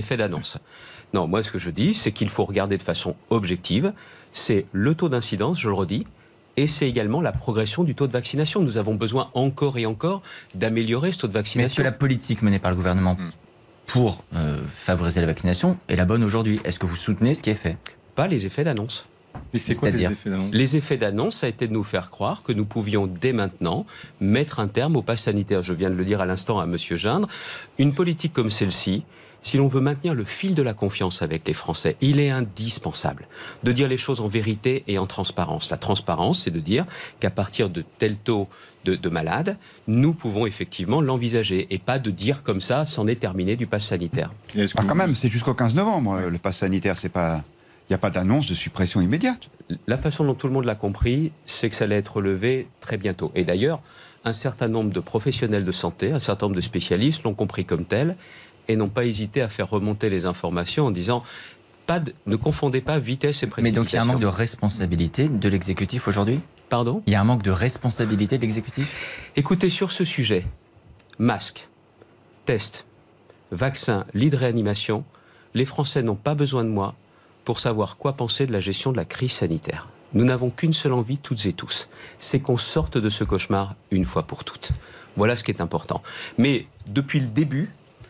Non, moi, ce que je dis, c'est qu'il faut regarder de façon objective. C'est le taux d'incidence, je le redis, et c'est également la progression du taux de vaccination. Nous avons besoin encore et encore d'améliorer ce taux de vaccination. Mais est-ce que la politique menée par le gouvernement pour favoriser la vaccination est la bonne aujourd'hui? Est-ce que vous soutenez ce qui est fait? Pas les effets d'annonce. Mais c'est quoi les effets d'annonce? Les effets d'annonce, ça a été de nous faire croire que nous pouvions dès maintenant mettre un terme au pass sanitaire. Je viens de le dire à l'instant à M. Gindre. Une politique comme celle-ci, si l'on veut maintenir le fil de la confiance avec les Français, il est indispensable de dire les choses en vérité et en transparence. La transparence, c'est de dire qu'à partir de tel taux de malades, nous pouvons effectivement l'envisager et pas de dire comme ça, c'en est terminé du pass sanitaire. Quand même, c'est jusqu'au 15 novembre, le pass sanitaire, c'est pas... Il n'y a pas d'annonce de suppression immédiate. La façon dont tout le monde l'a compris, c'est que ça allait être levé très bientôt. Et d'ailleurs, un certain nombre de professionnels de santé, un certain nombre de spécialistes l'ont compris comme tel et n'ont pas hésité à faire remonter les informations en disant ne confondez pas vitesse et précipitation. Mais donc il y a un manque de responsabilité de l'exécutif aujourd'hui? Pardon? Il y a un manque de responsabilité de l'exécutif? Écoutez, sur ce sujet, masque, test, vaccin, lit de réanimation, les Français n'ont pas besoin de moi pour savoir quoi penser de la gestion de la crise sanitaire. Nous n'avons qu'une seule envie, toutes et tous, c'est qu'on sorte de ce cauchemar une fois pour toutes. Voilà ce qui est important. Mais depuis le début,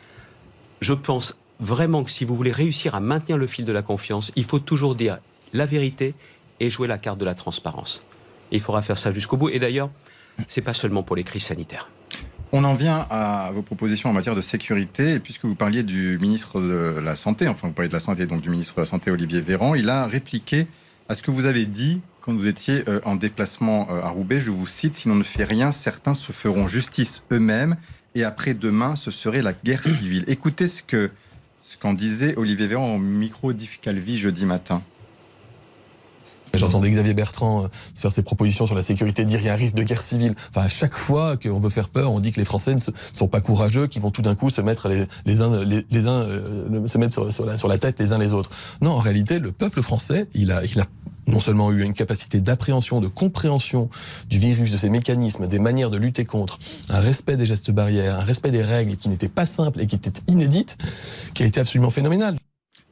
je pense vraiment que si vous voulez réussir à maintenir le fil de la confiance, il faut toujours dire la vérité et jouer la carte de la transparence. Et il faudra faire ça jusqu'au bout. Et d'ailleurs, c'est pas seulement pour les crises sanitaires. On en vient à vos propositions en matière de sécurité. Et puisque vous parliez du ministre de la Santé, enfin vous parlez de la Santé, donc du ministre de la Santé Olivier Véran, il a répliqué à ce que vous avez dit quand vous étiez en déplacement à Roubaix. Je vous cite, « Si l'on ne fait rien, certains se feront justice eux-mêmes et après-demain, ce serait la guerre civile. » Écoutez ce qu'en disait Olivier Véran au micro d'Yves Calvi jeudi matin. J'entendais Xavier Bertrand faire ses propositions sur la sécurité, dire qu'il y a un risque de guerre civile. Enfin, à chaque fois qu'on veut faire peur, on dit que les Français ne sont pas courageux, qu'ils vont tout d'un coup se mettre se mettre sur la tête les uns les autres. Non, en réalité, le peuple français, il a non seulement eu une capacité d'appréhension, de compréhension du virus, de ses mécanismes, des manières de lutter contre, un respect des gestes barrières, un respect des règles qui n'étaient pas simples et qui étaient inédites, qui a été absolument phénoménal.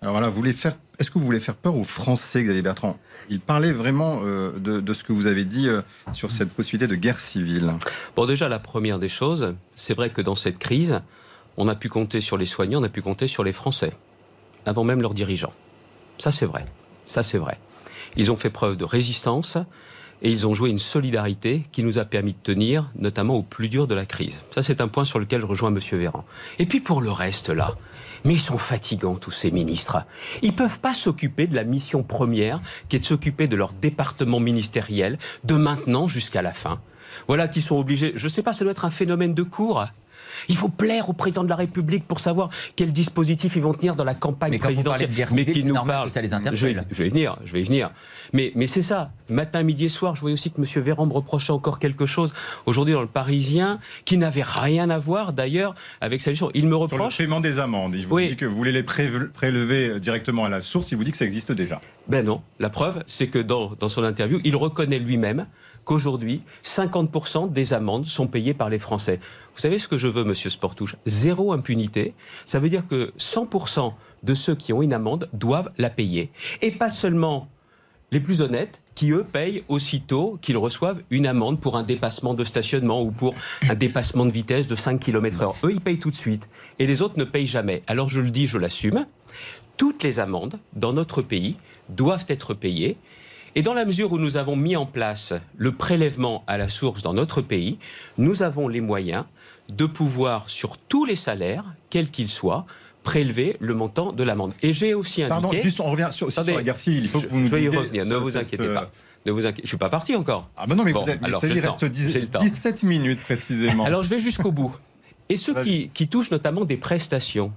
Alors voilà, est-ce que vous voulez faire peur aux Français, Xavier Bertrand? Il parlait vraiment de ce que vous avez dit sur cette possibilité de guerre civile. Bon, déjà, la première des choses, c'est vrai que dans cette crise, on a pu compter sur les soignants, on a pu compter sur les Français, avant même leurs dirigeants. Ça, c'est vrai. Ça, c'est vrai. Ils ont fait preuve de résistance et ils ont joué une solidarité qui nous a permis de tenir, notamment au plus dur de la crise. Ça, c'est un point sur lequel je rejoins M. Véran. Et puis pour le reste, là, mais ils sont fatigants, tous ces ministres. Ils ne peuvent pas s'occuper de la mission première, qui est de s'occuper de leur département ministériel, de maintenant jusqu'à la fin. Voilà qu'ils sont obligés, je ne sais pas, ça doit être un phénomène de cours. Il faut plaire au président de la République pour savoir quel dispositif ils vont tenir dans la campagne présidentielle. Mais qui nous parle, ça les interpelle. Je vais y venir. Mais c'est ça. Matin, midi et soir, je voyais aussi que M. Véran me reprochait encore quelque chose aujourd'hui dans le Parisien, qui n'avait rien à voir d'ailleurs avec sa gestion. Il me reproche... Sur le paiement des amendes. Il vous dit que vous voulez les prélever directement à la source. Il vous dit que ça existe déjà. Ben non. La preuve, c'est que dans son interview, il reconnaît lui-même qu'aujourd'hui, 50% des amendes sont payées par les Français. Vous savez ce que je veux, monsieur Sportouche? Zéro impunité. Ça veut dire que 100% de ceux qui ont une amende doivent la payer. Et pas seulement les plus honnêtes, qui eux payent aussitôt qu'ils reçoivent une amende pour un dépassement de stationnement ou pour un dépassement de vitesse de 5 km/h. Eux, ils payent tout de suite. Et les autres ne payent jamais. Alors je le dis, je l'assume. Toutes les amendes dans notre pays doivent être payées. Et dans la mesure où nous avons mis en place le prélèvement à la source dans notre pays, nous avons les moyens de pouvoir, sur tous les salaires, quels qu'ils soient, prélever le montant de l'amende. Et j'ai aussi indiqué... Pardon, juste on revient sur la guerre civile. Il faut que vous nous disiez... Je vais y revenir, ne vous inquiétez pas. Je ne suis pas parti encore. Ah ben non, mais vous savez, il reste 17 minutes précisément. Alors je vais jusqu'au bout. Et ceux qui touchent notamment des prestations,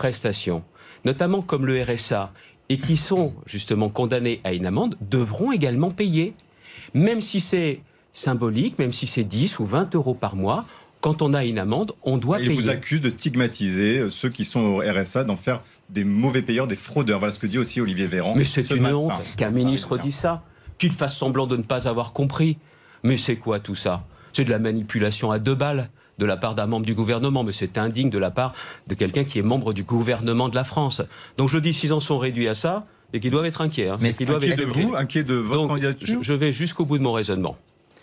notamment comme le RSA, et qui sont justement condamnés à une amende, devront également payer. Même si c'est symbolique, même si c'est 10 ou 20 euros par mois, quand on a une amende, on doit payer. Il vous accuse de stigmatiser ceux qui sont au RSA, d'en faire des mauvais payeurs, des fraudeurs. Voilà ce que dit aussi Olivier Véran. Mais c'est une honte qu'un ministre dise ça, qu'il fasse semblant de ne pas avoir compris. Mais c'est quoi tout ça? C'est de la manipulation à 2 balles de la part d'un membre du gouvernement, mais c'est indigne de la part de quelqu'un qui est membre du gouvernement de la France. Donc je dis, s'ils en sont réduits à ça, et qu'ils doivent être inquiets. Mais inquiets de votre candidature? Je vais jusqu'au bout de mon raisonnement.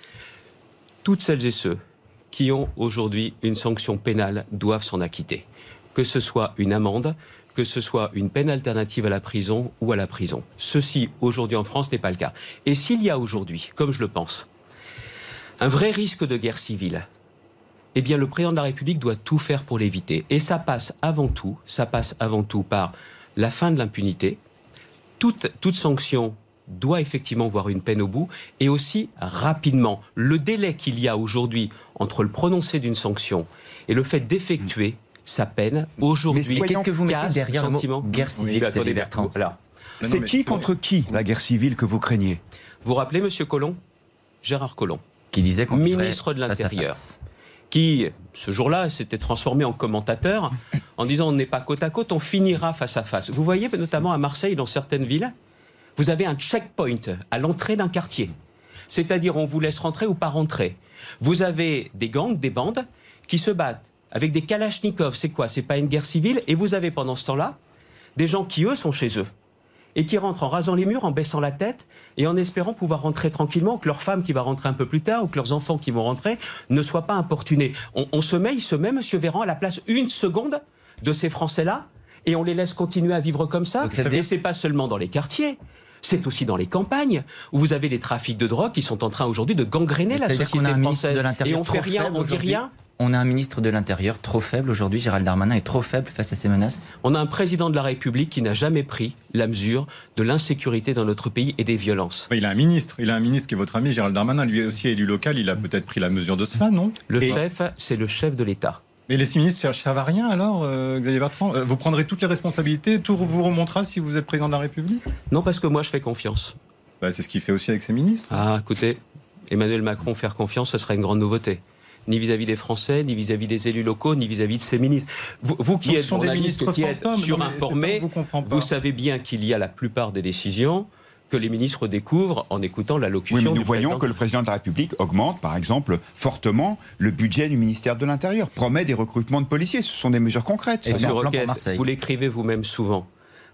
Toutes celles et ceux qui ont aujourd'hui une sanction pénale doivent s'en acquitter. Que ce soit une amende, que ce soit une peine alternative à la prison ou à la prison. Ceci, aujourd'hui en France, n'est pas le cas. Et s'il y a aujourd'hui, comme je le pense, un vrai risque de guerre civile, eh bien, le président de la République doit tout faire pour l'éviter. Et ça passe avant tout par la fin de l'impunité. Toute sanction doit effectivement voir une peine au bout, et aussi rapidement. Le délai qu'il y a aujourd'hui entre le prononcé d'une sanction et le fait d'effectuer sa peine, aujourd'hui... Mais qu'est-ce que vous mettez derrière le mot guerre civile, Xavier Bertrand? C'est qui contre qui, la guerre civile que vous craignez? Vous vous rappelez, M. Collomb? Gérard Collomb. Qui disait qu'on ministre de l'Intérieur. Qui, ce jour-là, s'était transformé en commentateur en disant on n'est pas côte à côte, on finira face à face. Vous voyez, notamment à Marseille, dans certaines villes, vous avez un checkpoint à l'entrée d'un quartier. C'est-à-dire, on vous laisse rentrer ou pas rentrer. Vous avez des gangs, des bandes, qui se battent avec des kalachnikovs. C'est quoi? C'est pas une guerre civile. Et vous avez, pendant ce temps-là, des gens qui, eux, sont chez eux. Et qui rentrent en rasant les murs, en baissant la tête, et en espérant pouvoir rentrer tranquillement, que leur femme qui va rentrer un peu plus tard, ou que leurs enfants qui vont rentrer, ne soient pas importunés. Il se met, M. Véran, à la place 1 seconde de ces Français-là, et on les laisse continuer à vivre comme ça. Et c'est pas seulement dans les quartiers, c'est aussi dans les campagnes, où vous avez les trafics de drogue qui sont en train aujourd'hui de gangréner la société française. Et on fait rien, on dit rien. On a un ministre de l'Intérieur trop faible aujourd'hui, Gérald Darmanin est trop faible face à ces menaces? On a un président de la République qui n'a jamais pris la mesure de l'insécurité dans notre pays et des violences. Il a un ministre qui est votre ami, Gérald Darmanin, lui aussi élu local, il a peut-être pris la mesure de cela, non? Chef, c'est le chef de l'État. Mais les 6 ministres, ça ne va rien alors, Xavier Bertrand? Vous prendrez toutes les responsabilités, tout vous remontera si vous êtes président de la République? Non, parce que moi je fais confiance. C'est ce qu'il fait aussi avec ses ministres. Ah, écoutez, Emmanuel Macron faire confiance, ce serait une grande nouveauté. Ni vis-à-vis des Français, ni vis-à-vis des élus locaux, ni vis-à-vis de ses ministres. Vous qui êtes journaliste, qui êtes surinformé, vous savez bien qu'il y a la plupart des décisions que les ministres découvrent en écoutant l'allocution du président. Oui, mais nous voyons que le président de la République augmente, par exemple, fortement le budget du ministère de l'Intérieur, promet des recrutements de policiers. Ce sont des mesures concrètes. Et Monsieur Roquette, vous l'écrivez vous-même souvent.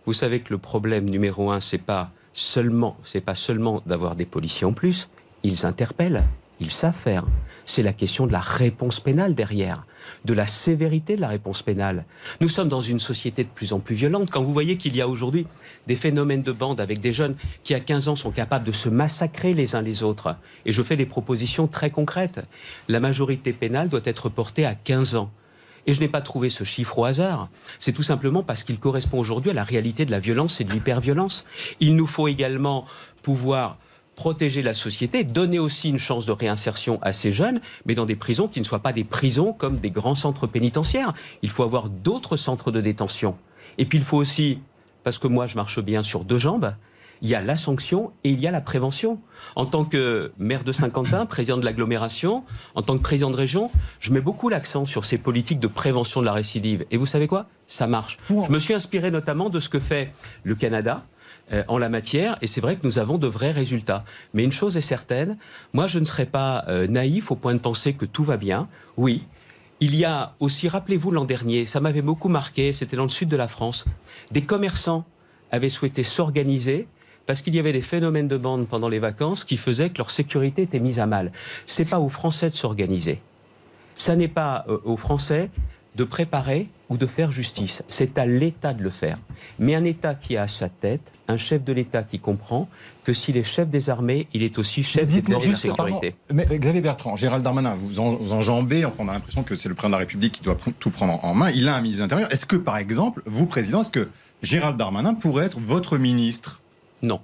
Vous savez que le problème numéro 1, c'est pas seulement d'avoir des policiers en plus. Ils interpellent, ils savent faire. C'est la question de la réponse pénale derrière, de la sévérité de la réponse pénale. Nous sommes dans une société de plus en plus violente. Quand vous voyez qu'il y a aujourd'hui des phénomènes de bande avec des jeunes qui, à 15 ans, sont capables de se massacrer les uns les autres, et je fais des propositions très concrètes. La majorité pénale doit être portée à 15 ans. Et je n'ai pas trouvé ce chiffre au hasard. C'est tout simplement parce qu'il correspond aujourd'hui à la réalité de la violence et de l'hyperviolence. Il nous faut également pouvoir protéger la société, donner aussi une chance de réinsertion à ces jeunes, mais dans des prisons qui ne soient pas des prisons comme des grands centres pénitentiaires. Il faut avoir d'autres centres de détention. Et puis il faut aussi, parce que moi je marche bien sur deux jambes, il y a la sanction et il y a la prévention. En tant que maire de Saint-Quentin, président de l'agglomération, en tant que président de région, je mets beaucoup l'accent sur ces politiques de prévention de la récidive. Et vous savez quoi ? Ça marche. Je me suis inspiré notamment de ce que fait le Canada en la matière, et c'est vrai que nous avons de vrais résultats. Mais une chose est certaine, moi je ne serais pas naïf au point de penser que tout va bien. Oui, il y a aussi, rappelez-vous l'an dernier, ça m'avait beaucoup marqué, c'était dans le sud de la France, des commerçants avaient souhaité s'organiser parce qu'il y avait des phénomènes de bande pendant les vacances qui faisaient que leur sécurité était mise à mal. C'est pas aux Français de s'organiser. Ça n'est pas aux Français de préparer ou de faire justice. C'est à l'État de le faire. Mais un État qui a à sa tête un chef de l'État qui comprend que s'il est chef des armées, il est aussi chef des forces de sécurité. Mais Xavier Bertrand, Gérald Darmanin, vous enjambez, enfin, on a l'impression que c'est le président de la République qui doit tout prendre en main. Il a un ministre de l'Intérieur. Est-ce que, par exemple, vous, président, est-ce que Gérald Darmanin pourrait être votre ministre ? Non.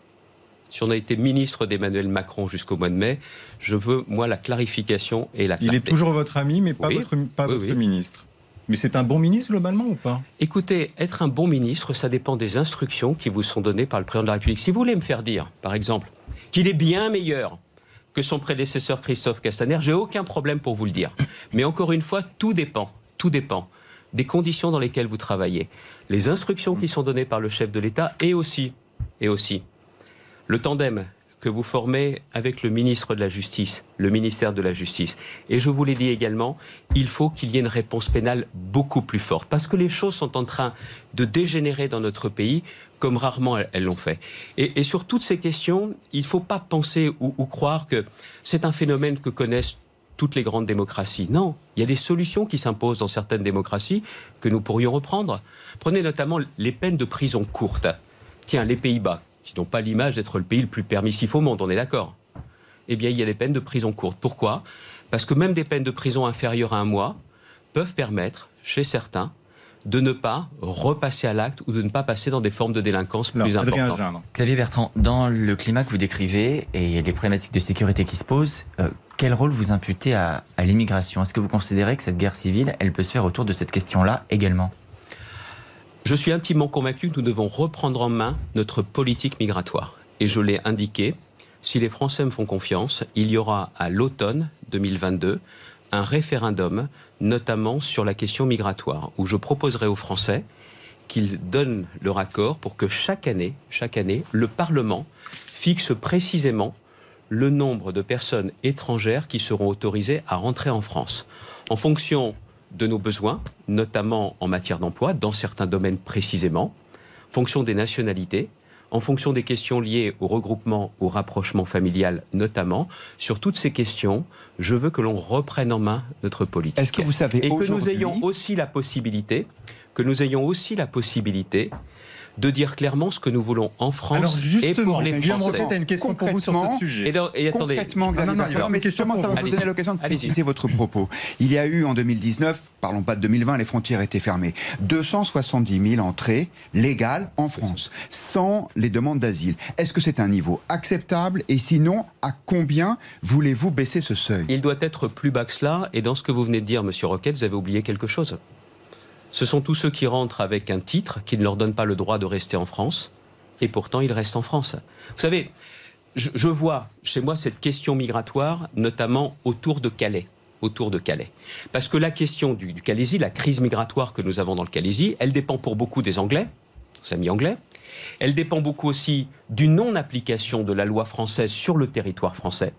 Si on a été ministre d'Emmanuel Macron jusqu'au mois de mai, je veux, moi, la clarification et la clarté. Il est toujours votre ami, mais pas votre ministre. Mais c'est un bon ministre, globalement, ou pas ? Écoutez, être un bon ministre, ça dépend des instructions qui vous sont données par le président de la République. Si vous voulez me faire dire, par exemple, qu'il est bien meilleur que son prédécesseur Christophe Castaner, j'ai aucun problème pour vous le dire. Mais encore une fois, tout dépend des conditions dans lesquelles vous travaillez. Les instructions qui sont données par le chef de l'État et aussi le tandem que vous formez avec le ministre de la Justice, le ministère de la Justice. Et je vous l'ai dit également, il faut qu'il y ait une réponse pénale beaucoup plus forte. Parce que les choses sont en train de dégénérer dans notre pays comme rarement elles l'ont fait. Et sur toutes ces questions, il ne faut pas penser ou croire que c'est un phénomène que connaissent toutes les grandes démocraties. Non, il y a des solutions qui s'imposent dans certaines démocraties que nous pourrions reprendre. Prenez notamment les peines de prison courtes. Tiens, les Pays-Bas, qui n'ont pas l'image d'être le pays le plus permissif au monde, on est d'accord ? Eh bien, il y a des peines de prison courtes. Pourquoi ? Parce que même des peines de prison inférieures à 1 mois peuvent permettre, chez certains, de ne pas repasser à l'acte ou de ne pas passer dans des formes de délinquance plus importantes. Xavier Bertrand, dans le climat que vous décrivez et les problématiques de sécurité qui se posent, quel rôle vous imputez à l'immigration ? Est-ce que vous considérez que cette guerre civile, elle peut se faire autour de cette question-là également ? Je suis intimement convaincu que nous devons reprendre en main notre politique migratoire. Et je l'ai indiqué, si les Français me font confiance, il y aura à l'automne 2022 un référendum, notamment sur la question migratoire, où je proposerai aux Français qu'ils donnent leur accord pour que chaque année, le Parlement fixe précisément le nombre de personnes étrangères qui seront autorisées à rentrer en France. En fonction de nos besoins, notamment en matière d'emploi, dans certains domaines précisément, en fonction des nationalités, en fonction des questions liées au regroupement, au rapprochement familial notamment. Sur toutes ces questions, je veux que l'on reprenne en main notre politique. Est-ce que vous savez et que nous ayons aussi la possibilité, de dire clairement ce que nous voulons en France. Alors justement, et pour les Français. Guillaume, une question pour vous sur ce sujet. Et attendez. Concrètement, mais justement, ça va vous donner l'occasion de préciser votre propos. Il y a eu en 2019, parlons pas de 2020, les frontières étaient fermées, 270 000 entrées légales en France, sans les demandes d'asile. Est-ce que c'est un niveau acceptable ? Et sinon, à combien voulez-vous baisser ce seuil ? Il doit être plus bas que cela. Et dans ce que vous venez de dire, Monsieur Roquette, vous avez oublié quelque chose. Ce sont tous ceux qui rentrent avec un titre qui ne leur donne pas le droit de rester en France, et pourtant ils restent en France. Vous savez, je vois chez moi cette question migratoire, notamment autour de Calais. Parce que la question du Calaisis, la crise migratoire que nous avons dans le Calaisis, elle dépend pour beaucoup des Anglais, des amis anglais. Elle dépend beaucoup aussi d'une non-application de la loi française sur le territoire français.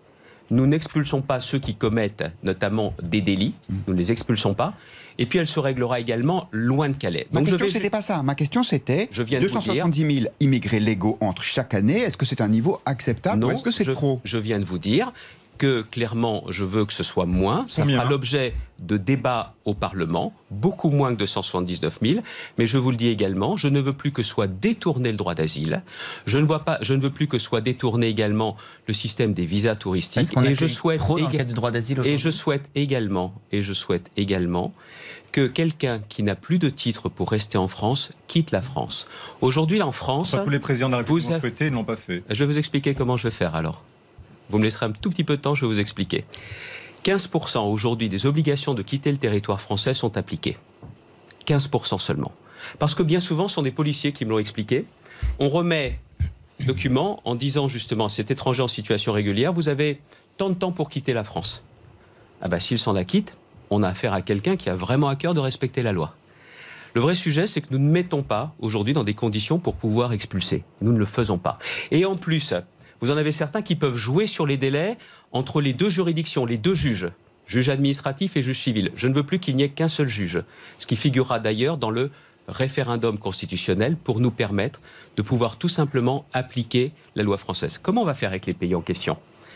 Nous n'expulsons pas ceux qui commettent notamment des délits. Nous ne les expulsons pas. Et puis elle se réglera également loin de Calais. Ma question, c'était pas ça. Ma question, c'était 270 000 immigrés légaux entrent chaque année. Est-ce que c'est un niveau acceptable ou est-ce que c'est trop ? Je viens de vous dire que clairement, je veux que ce soit moins. Ça fera l'objet de débats au Parlement, beaucoup moins que 279 000. Mais je vous le dis également, je ne veux plus que soit détourné le droit d'asile. Je ne veux plus que soit détourné également le système des visas touristiques. Et je souhaite trop dans le cadre du droit d'asile aujourd'hui. Et je souhaite également que quelqu'un qui n'a plus de titre pour rester en France quitte la France. Aujourd'hui, en France, tous les présidents de la République l'ont souhaité, ils ne l'ont pas fait. Je vais vous expliquer comment je vais faire alors. Vous me laisserez un tout petit peu de temps, je vais vous expliquer. 15% aujourd'hui des obligations de quitter le territoire français sont appliquées. 15% seulement. Parce que bien souvent, ce sont des policiers qui me l'ont expliqué. On remet document en disant justement à cet étranger en situation régulière, vous avez tant de temps pour quitter la France. Ah ben s'il s'en acquitte, on a affaire à quelqu'un qui a vraiment à cœur de respecter la loi. Le vrai sujet, c'est que nous ne mettons pas aujourd'hui dans des conditions pour pouvoir expulser. Nous ne le faisons pas. Et en plus, vous en avez certains qui peuvent jouer sur les délais entre les deux juridictions, les deux juges, juge administratif et juge civil. Je ne veux plus qu'il n'y ait qu'un seul juge, ce qui figurera d'ailleurs dans le référendum constitutionnel pour nous permettre de pouvoir tout simplement appliquer la loi française. Comment on va faire avec les pays en question ?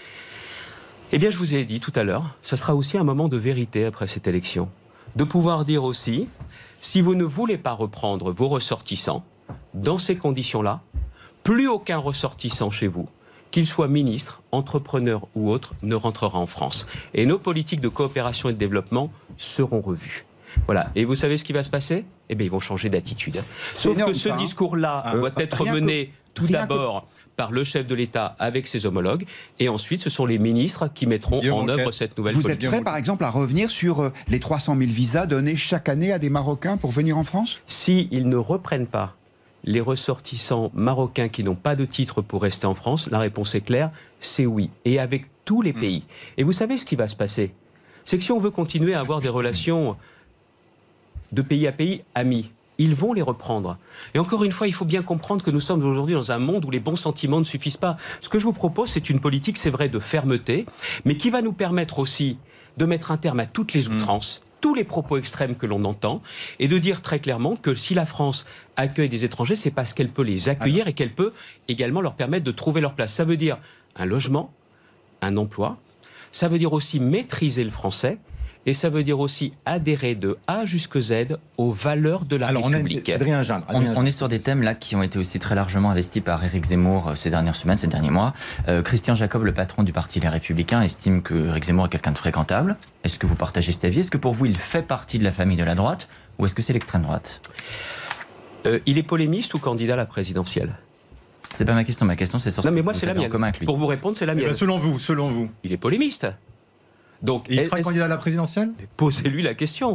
Eh bien, je vous ai dit tout à l'heure, ça sera aussi un moment de vérité après cette élection. De pouvoir dire aussi, si vous ne voulez pas reprendre vos ressortissants, dans ces conditions-là, plus aucun ressortissant chez vous, qu'il soit ministre, entrepreneur ou autre, ne rentrera en France. Et nos politiques de coopération et de développement seront revues. Voilà. Et vous savez ce qui va se passer ? Eh bien, ils vont changer d'attitude. Sauf que ce discours-là doit être mené tout d'abord par le chef de l'État avec ses homologues, et ensuite ce sont les ministres qui mettront en œuvre cette nouvelle politique. Vous êtes prêt, par exemple, à revenir sur les 300 000 visas donnés chaque année à des Marocains pour venir en France ? S'ils ne reprennent pas les ressortissants marocains qui n'ont pas de titre pour rester en France, la réponse est claire, c'est oui. Et avec tous les pays. Et vous savez ce qui va se passer ? C'est que si on veut continuer à avoir des relations de pays à pays amis, ils vont les reprendre. Et encore une fois, il faut bien comprendre que nous sommes aujourd'hui dans un monde où les bons sentiments ne suffisent pas. Ce que je vous propose, c'est une politique, c'est vrai, de fermeté, mais qui va nous permettre aussi de mettre un terme à toutes les outrances, tous les propos extrêmes que l'on entend, et de dire très clairement que si la France accueille des étrangers, c'est parce qu'elle peut les accueillir et qu'elle peut également leur permettre de trouver leur place. Ça veut dire un logement, un emploi, ça veut dire aussi maîtriser le français, et ça veut dire aussi adhérer de A jusqu'à Z aux valeurs de la République. On est sur des thèmes là qui ont été aussi très largement investis par Éric Zemmour ces dernières semaines, ces derniers mois. Christian Jacob, le patron du parti Les Républicains, estime que Éric Zemmour est quelqu'un de fréquentable. Est-ce que vous partagez cet avis ? Est-ce que pour vous, il fait partie de la famille de la droite ou est-ce que c'est l'extrême droite ? Il est polémiste ou candidat à la présidentielle ? C'est pas ma question. Ma question, c'est sur ce que vous avez en commun avec lui. Pour vous répondre, c'est la mienne. Selon vous. Il est polémiste. Donc, il sera candidat à la présidentielle ? Posez-lui la question.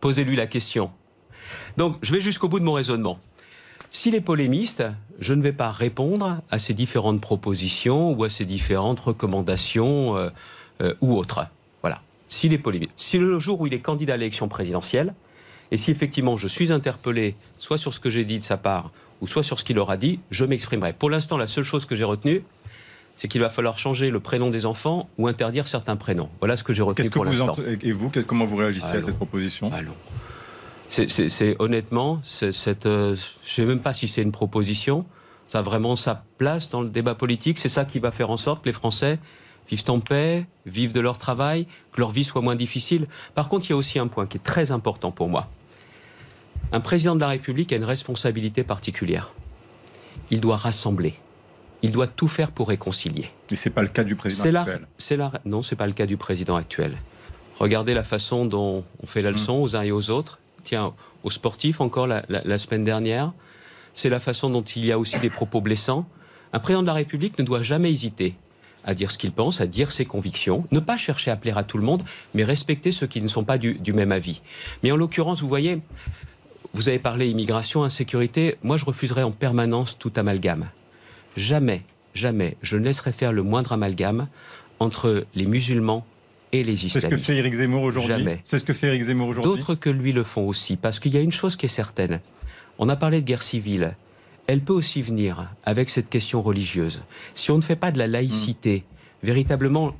Donc, je vais jusqu'au bout de mon raisonnement. S'il est polémiste, je ne vais pas répondre à ses différentes propositions ou à ses différentes recommandations ou autres. Voilà. S'il est polémiste. Si le jour où il est candidat à l'élection présidentielle, et si effectivement je suis interpellé, soit sur ce que j'ai dit de sa part, ou soit sur ce qu'il aura dit, je m'exprimerai. Pour l'instant, la seule chose que j'ai retenue, c'est qu'il va falloir changer le prénom des enfants ou interdire certains prénoms. Voilà ce que j'ai retenu pour l'instant. Et vous, comment vous réagissez à cette proposition ? Honnêtement, je ne sais même pas si c'est une proposition. Ça a vraiment sa place dans le débat politique. C'est ça qui va faire en sorte que les Français vivent en paix, vivent de leur travail, que leur vie soit moins difficile. Par contre, il y a aussi un point qui est très important pour moi. Un président de la République a une responsabilité particulière. Il doit rassembler. Il doit tout faire pour réconcilier. Et ce n'est pas le cas du président actuel. Non, ce n'est pas le cas du président actuel. Regardez la façon dont on fait la leçon aux uns et aux autres. Tiens, aux sportifs encore la semaine dernière. C'est la façon dont il y a aussi des propos blessants. Un président de la République ne doit jamais hésiter à dire ce qu'il pense, à dire ses convictions, ne pas chercher à plaire à tout le monde, mais respecter ceux qui ne sont pas du même avis. Mais en l'occurrence, vous voyez, vous avez parlé immigration, insécurité. Moi, je refuserai en permanence tout amalgame. Jamais, je ne laisserai faire le moindre amalgame entre les musulmans et les islamistes. C'est ce que fait Éric Zemmour aujourd'hui. Jamais. C'est ce que fait Éric Zemmour aujourd'hui. D'autres que lui le font aussi, parce qu'il y a une chose qui est certaine. On a parlé de guerre civile. Elle peut aussi venir avec cette question religieuse. Si on ne fait pas de la laïcité véritablement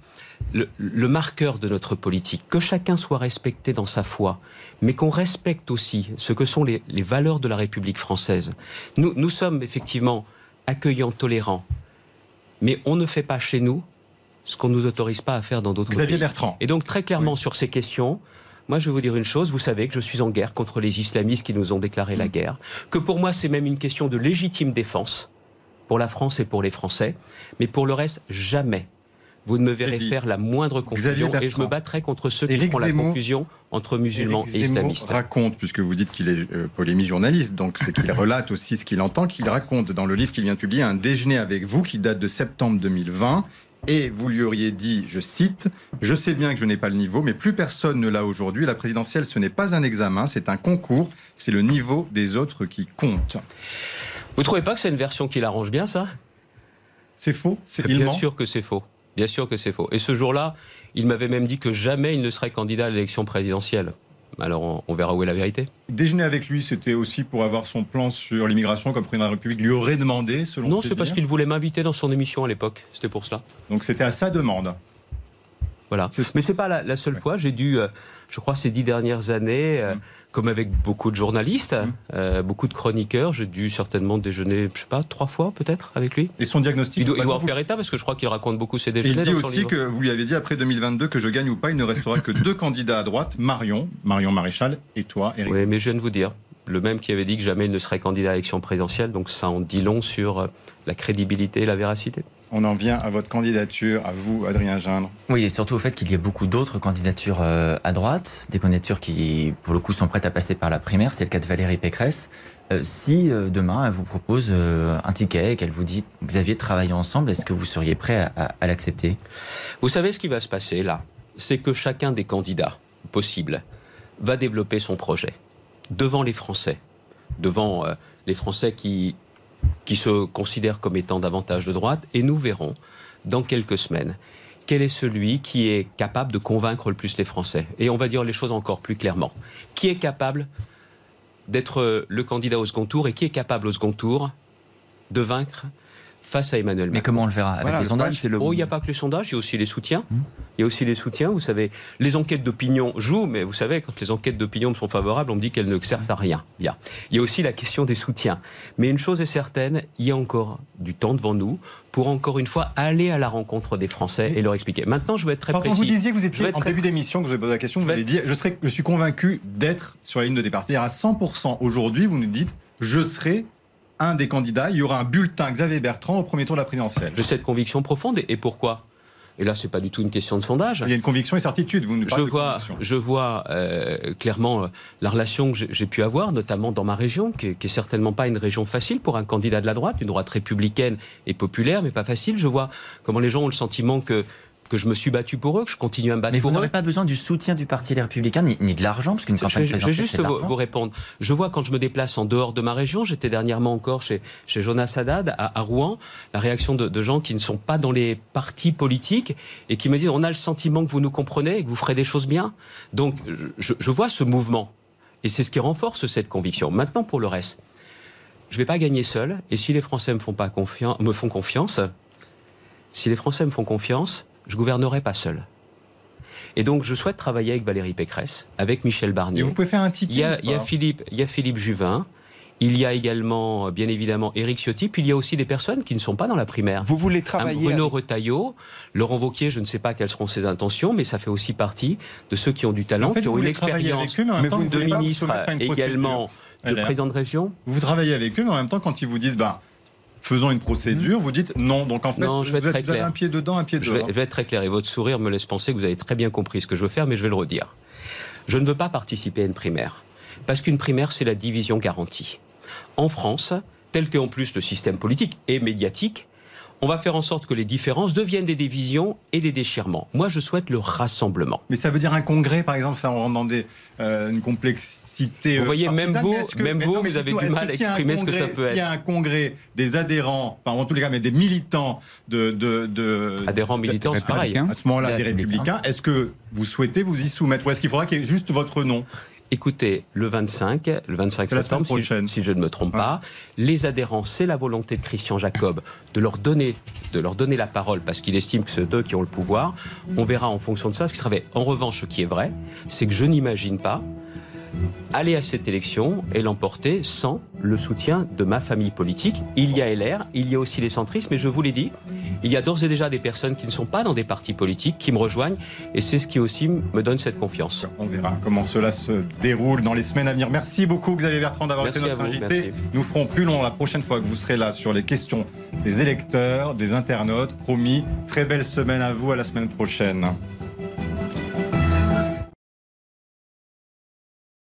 le marqueur de notre politique, que chacun soit respecté dans sa foi, mais qu'on respecte aussi ce que sont les valeurs de la République française. Nous sommes effectivement accueillants, tolérants, mais on ne fait pas chez nous ce qu'on ne nous autorise pas à faire dans d'autres pays. Xavier Bertrand. Et donc très clairement sur ces questions, moi je vais vous dire une chose, vous savez que je suis en guerre contre les islamistes qui nous ont déclaré la guerre, que pour moi c'est même une question de légitime défense, pour la France et pour les Français, mais pour le reste, jamais vous ne me verrez faire la moindre confusion et je me battrai contre ceux qui font la confusion entre musulmans et islamistes. Raconte, puisque vous dites qu'il est polémiste journaliste, donc c'est qu'il relate aussi ce qu'il entend, qu'il raconte dans le livre qu'il vient de publier, Un déjeuner avec vous, qui date de septembre 2020, et vous lui auriez dit, je cite, « Je sais bien que je n'ai pas le niveau, mais plus personne ne l'a aujourd'hui. La présidentielle, ce n'est pas un examen, c'est un concours, c'est le niveau des autres qui compte. » Vous trouvez pas que c'est une version qui l'arrange bien, ça ? C'est faux ? Bien sûr que c'est faux. Bien sûr que c'est faux. Et ce jour-là, il m'avait même dit que jamais il ne serait candidat à l'élection présidentielle. Alors on verra où est la vérité. Déjeuner avec lui, c'était aussi pour avoir son plan sur l'immigration, comme le président de la République lui aurait demandé, selon Non, c'est parce qu'il voulait m'inviter dans son émission à l'époque. C'était pour cela. Donc c'était à sa demande. Voilà. Mais c'est pas la seule fois. J'ai dû, je crois, ces 10 dernières années, comme avec beaucoup de journalistes, beaucoup de chroniqueurs, j'ai dû certainement déjeuner, je sais pas, 3 fois peut-être avec lui. Et son diagnostic, il doit en faire état parce que je crois qu'il raconte beaucoup ses déjeuners. Et il dit aussi que vous lui avez dit après 2022 que je gagne ou pas, il ne restera que 2 candidats à droite, Marion Maréchal et toi, Éric. Oui, mais je viens de vous dire, le même qui avait dit que jamais il ne serait candidat à l'élection présidentielle, donc ça en dit long sur la crédibilité et la véracité. On en vient à votre candidature, à vous, Adrien Gindre. Oui, et surtout au fait qu'il y a beaucoup d'autres candidatures à droite, des candidatures qui, pour le coup, sont prêtes à passer par la primaire. C'est le cas de Valérie Pécresse. Si demain, elle vous propose un ticket et qu'elle vous dit « Xavier, travaillons ensemble », est-ce que vous seriez prêt à l'accepter ? Vous savez ce qui va se passer là ? C'est que chacun des candidats possibles va développer son projet devant les Français qui se considèrent comme étant davantage de droite, et nous verrons dans quelques semaines quel est celui qui est capable de convaincre le plus les Français. Et on va dire les choses encore plus clairement. Qui est capable d'être le candidat au second tour et qui est capable au second tour de vaincre face à Emmanuel Macron. Mais comment on le verra ? Avec les sondages ? Oh, il n'y a pas que les sondages, il y a aussi les soutiens. Il y a aussi les soutiens, vous savez. Les enquêtes d'opinion jouent, mais vous savez, quand les enquêtes d'opinion me sont favorables, on me dit qu'elles ne servent à rien. Bien. Il y a aussi la question des soutiens. Mais une chose est certaine, il y a encore du temps devant nous pour, encore une fois, aller à la rencontre des Français et leur expliquer. Maintenant, je vais être très précis. Vous disiez que vous étiez, en début d'émission, que je vous ai posé la question, vous avez dit, je suis convaincu d'être sur la ligne de départ. C'est-à-dire à 100%. Aujourd'hui, vous nous dites, je serai un des candidats, il y aura un bulletin Xavier Bertrand au premier tour de la présidentielle. J'ai cette conviction profonde. Et pourquoi ? Et là, c'est pas du tout une question de sondage. Il y a une conviction et certitude. Vous nous parlez je vois clairement la relation que j'ai pu avoir, notamment dans ma région, qui est certainement pas une région facile pour un candidat de la droite, une droite républicaine et populaire, mais pas facile. Je vois comment les gens ont le sentiment que je me suis battu pour eux, que je continue à me battre pour eux. Mais vous n'aurez pas besoin du soutien du Parti Les Républicains, ni de l'argent, parce qu'une campagne présidentielle, je vais juste vous répondre. Je vois quand je me déplace en dehors de ma région, j'étais dernièrement encore chez Jonas Haddad à Rouen, la réaction de gens qui ne sont pas dans les partis politiques et qui me disent on a le sentiment que vous nous comprenez et que vous ferez des choses bien. Donc je vois ce mouvement et c'est ce qui renforce cette conviction. Maintenant pour le reste, je ne vais pas gagner seul et si les Français me font confiance, je ne gouvernerai pas seul. Et donc, je souhaite travailler avec Valérie Pécresse, avec Michel Barnier. Et vous pouvez faire un ticket. Il y a Philippe Juvin. Il y a également, bien évidemment, Éric Ciotti. Puis il y a aussi des personnes qui ne sont pas dans la primaire. Vous voulez travailler Bruno Retailleau, Laurent Wauquiez, je ne sais pas quelles seront ses intentions, mais ça fait aussi partie de ceux qui ont du talent, qui ont une expérience de ministre, également de président de région. Vous travaillez avec eux, mais en même temps, quand ils vous disent... faisons une procédure, vous dites non. Donc en fait, vous avez un pied dedans, un pied dehors. Je vais être très clair. Et votre sourire me laisse penser que vous avez très bien compris ce que je veux faire, mais je vais le redire. Je ne veux pas participer à une primaire. Parce qu'une primaire, c'est la division garantie. En France, tel qu'en plus le système politique et médiatique, on va faire en sorte que les différences deviennent des divisions et des déchirements. Moi, je souhaite le rassemblement. Mais ça veut dire un congrès, par exemple, ça on rentre dans une complexité... Vous voyez, même vous, vous avez du mal à exprimer ce que ça peut être. S'il y a un congrès des adhérents, en tous les cas, mais des militants adhérents, militants, c'est pareil. À ce moment-là, des républicains, est-ce que vous souhaitez vous y soumettre ou est-ce qu'il faudra qu'il y ait juste votre nom ? Écoutez, le 25 septembre, si je ne me trompe pas, les adhérents, c'est la volonté de Christian Jacob de leur donner de leur donner la parole parce qu'il estime que c'est eux qui ont le pouvoir. On verra en fonction de ça. Ce qui serait en revanche, ce qui est vrai, c'est que je n'imagine pas aller à cette élection et l'emporter sans le soutien de ma famille politique. Il y a LR, il y a aussi les centristes, mais je vous l'ai dit, il y a d'ores et déjà des personnes qui ne sont pas dans des partis politiques, qui me rejoignent, et c'est ce qui aussi me donne cette confiance. On verra comment cela se déroule dans les semaines à venir. Merci beaucoup Xavier Bertrand d'avoir été notre invité. Merci. Nous ferons plus long la prochaine fois que vous serez là sur les questions des électeurs, des internautes. Promis, très belle semaine à vous, à la semaine prochaine.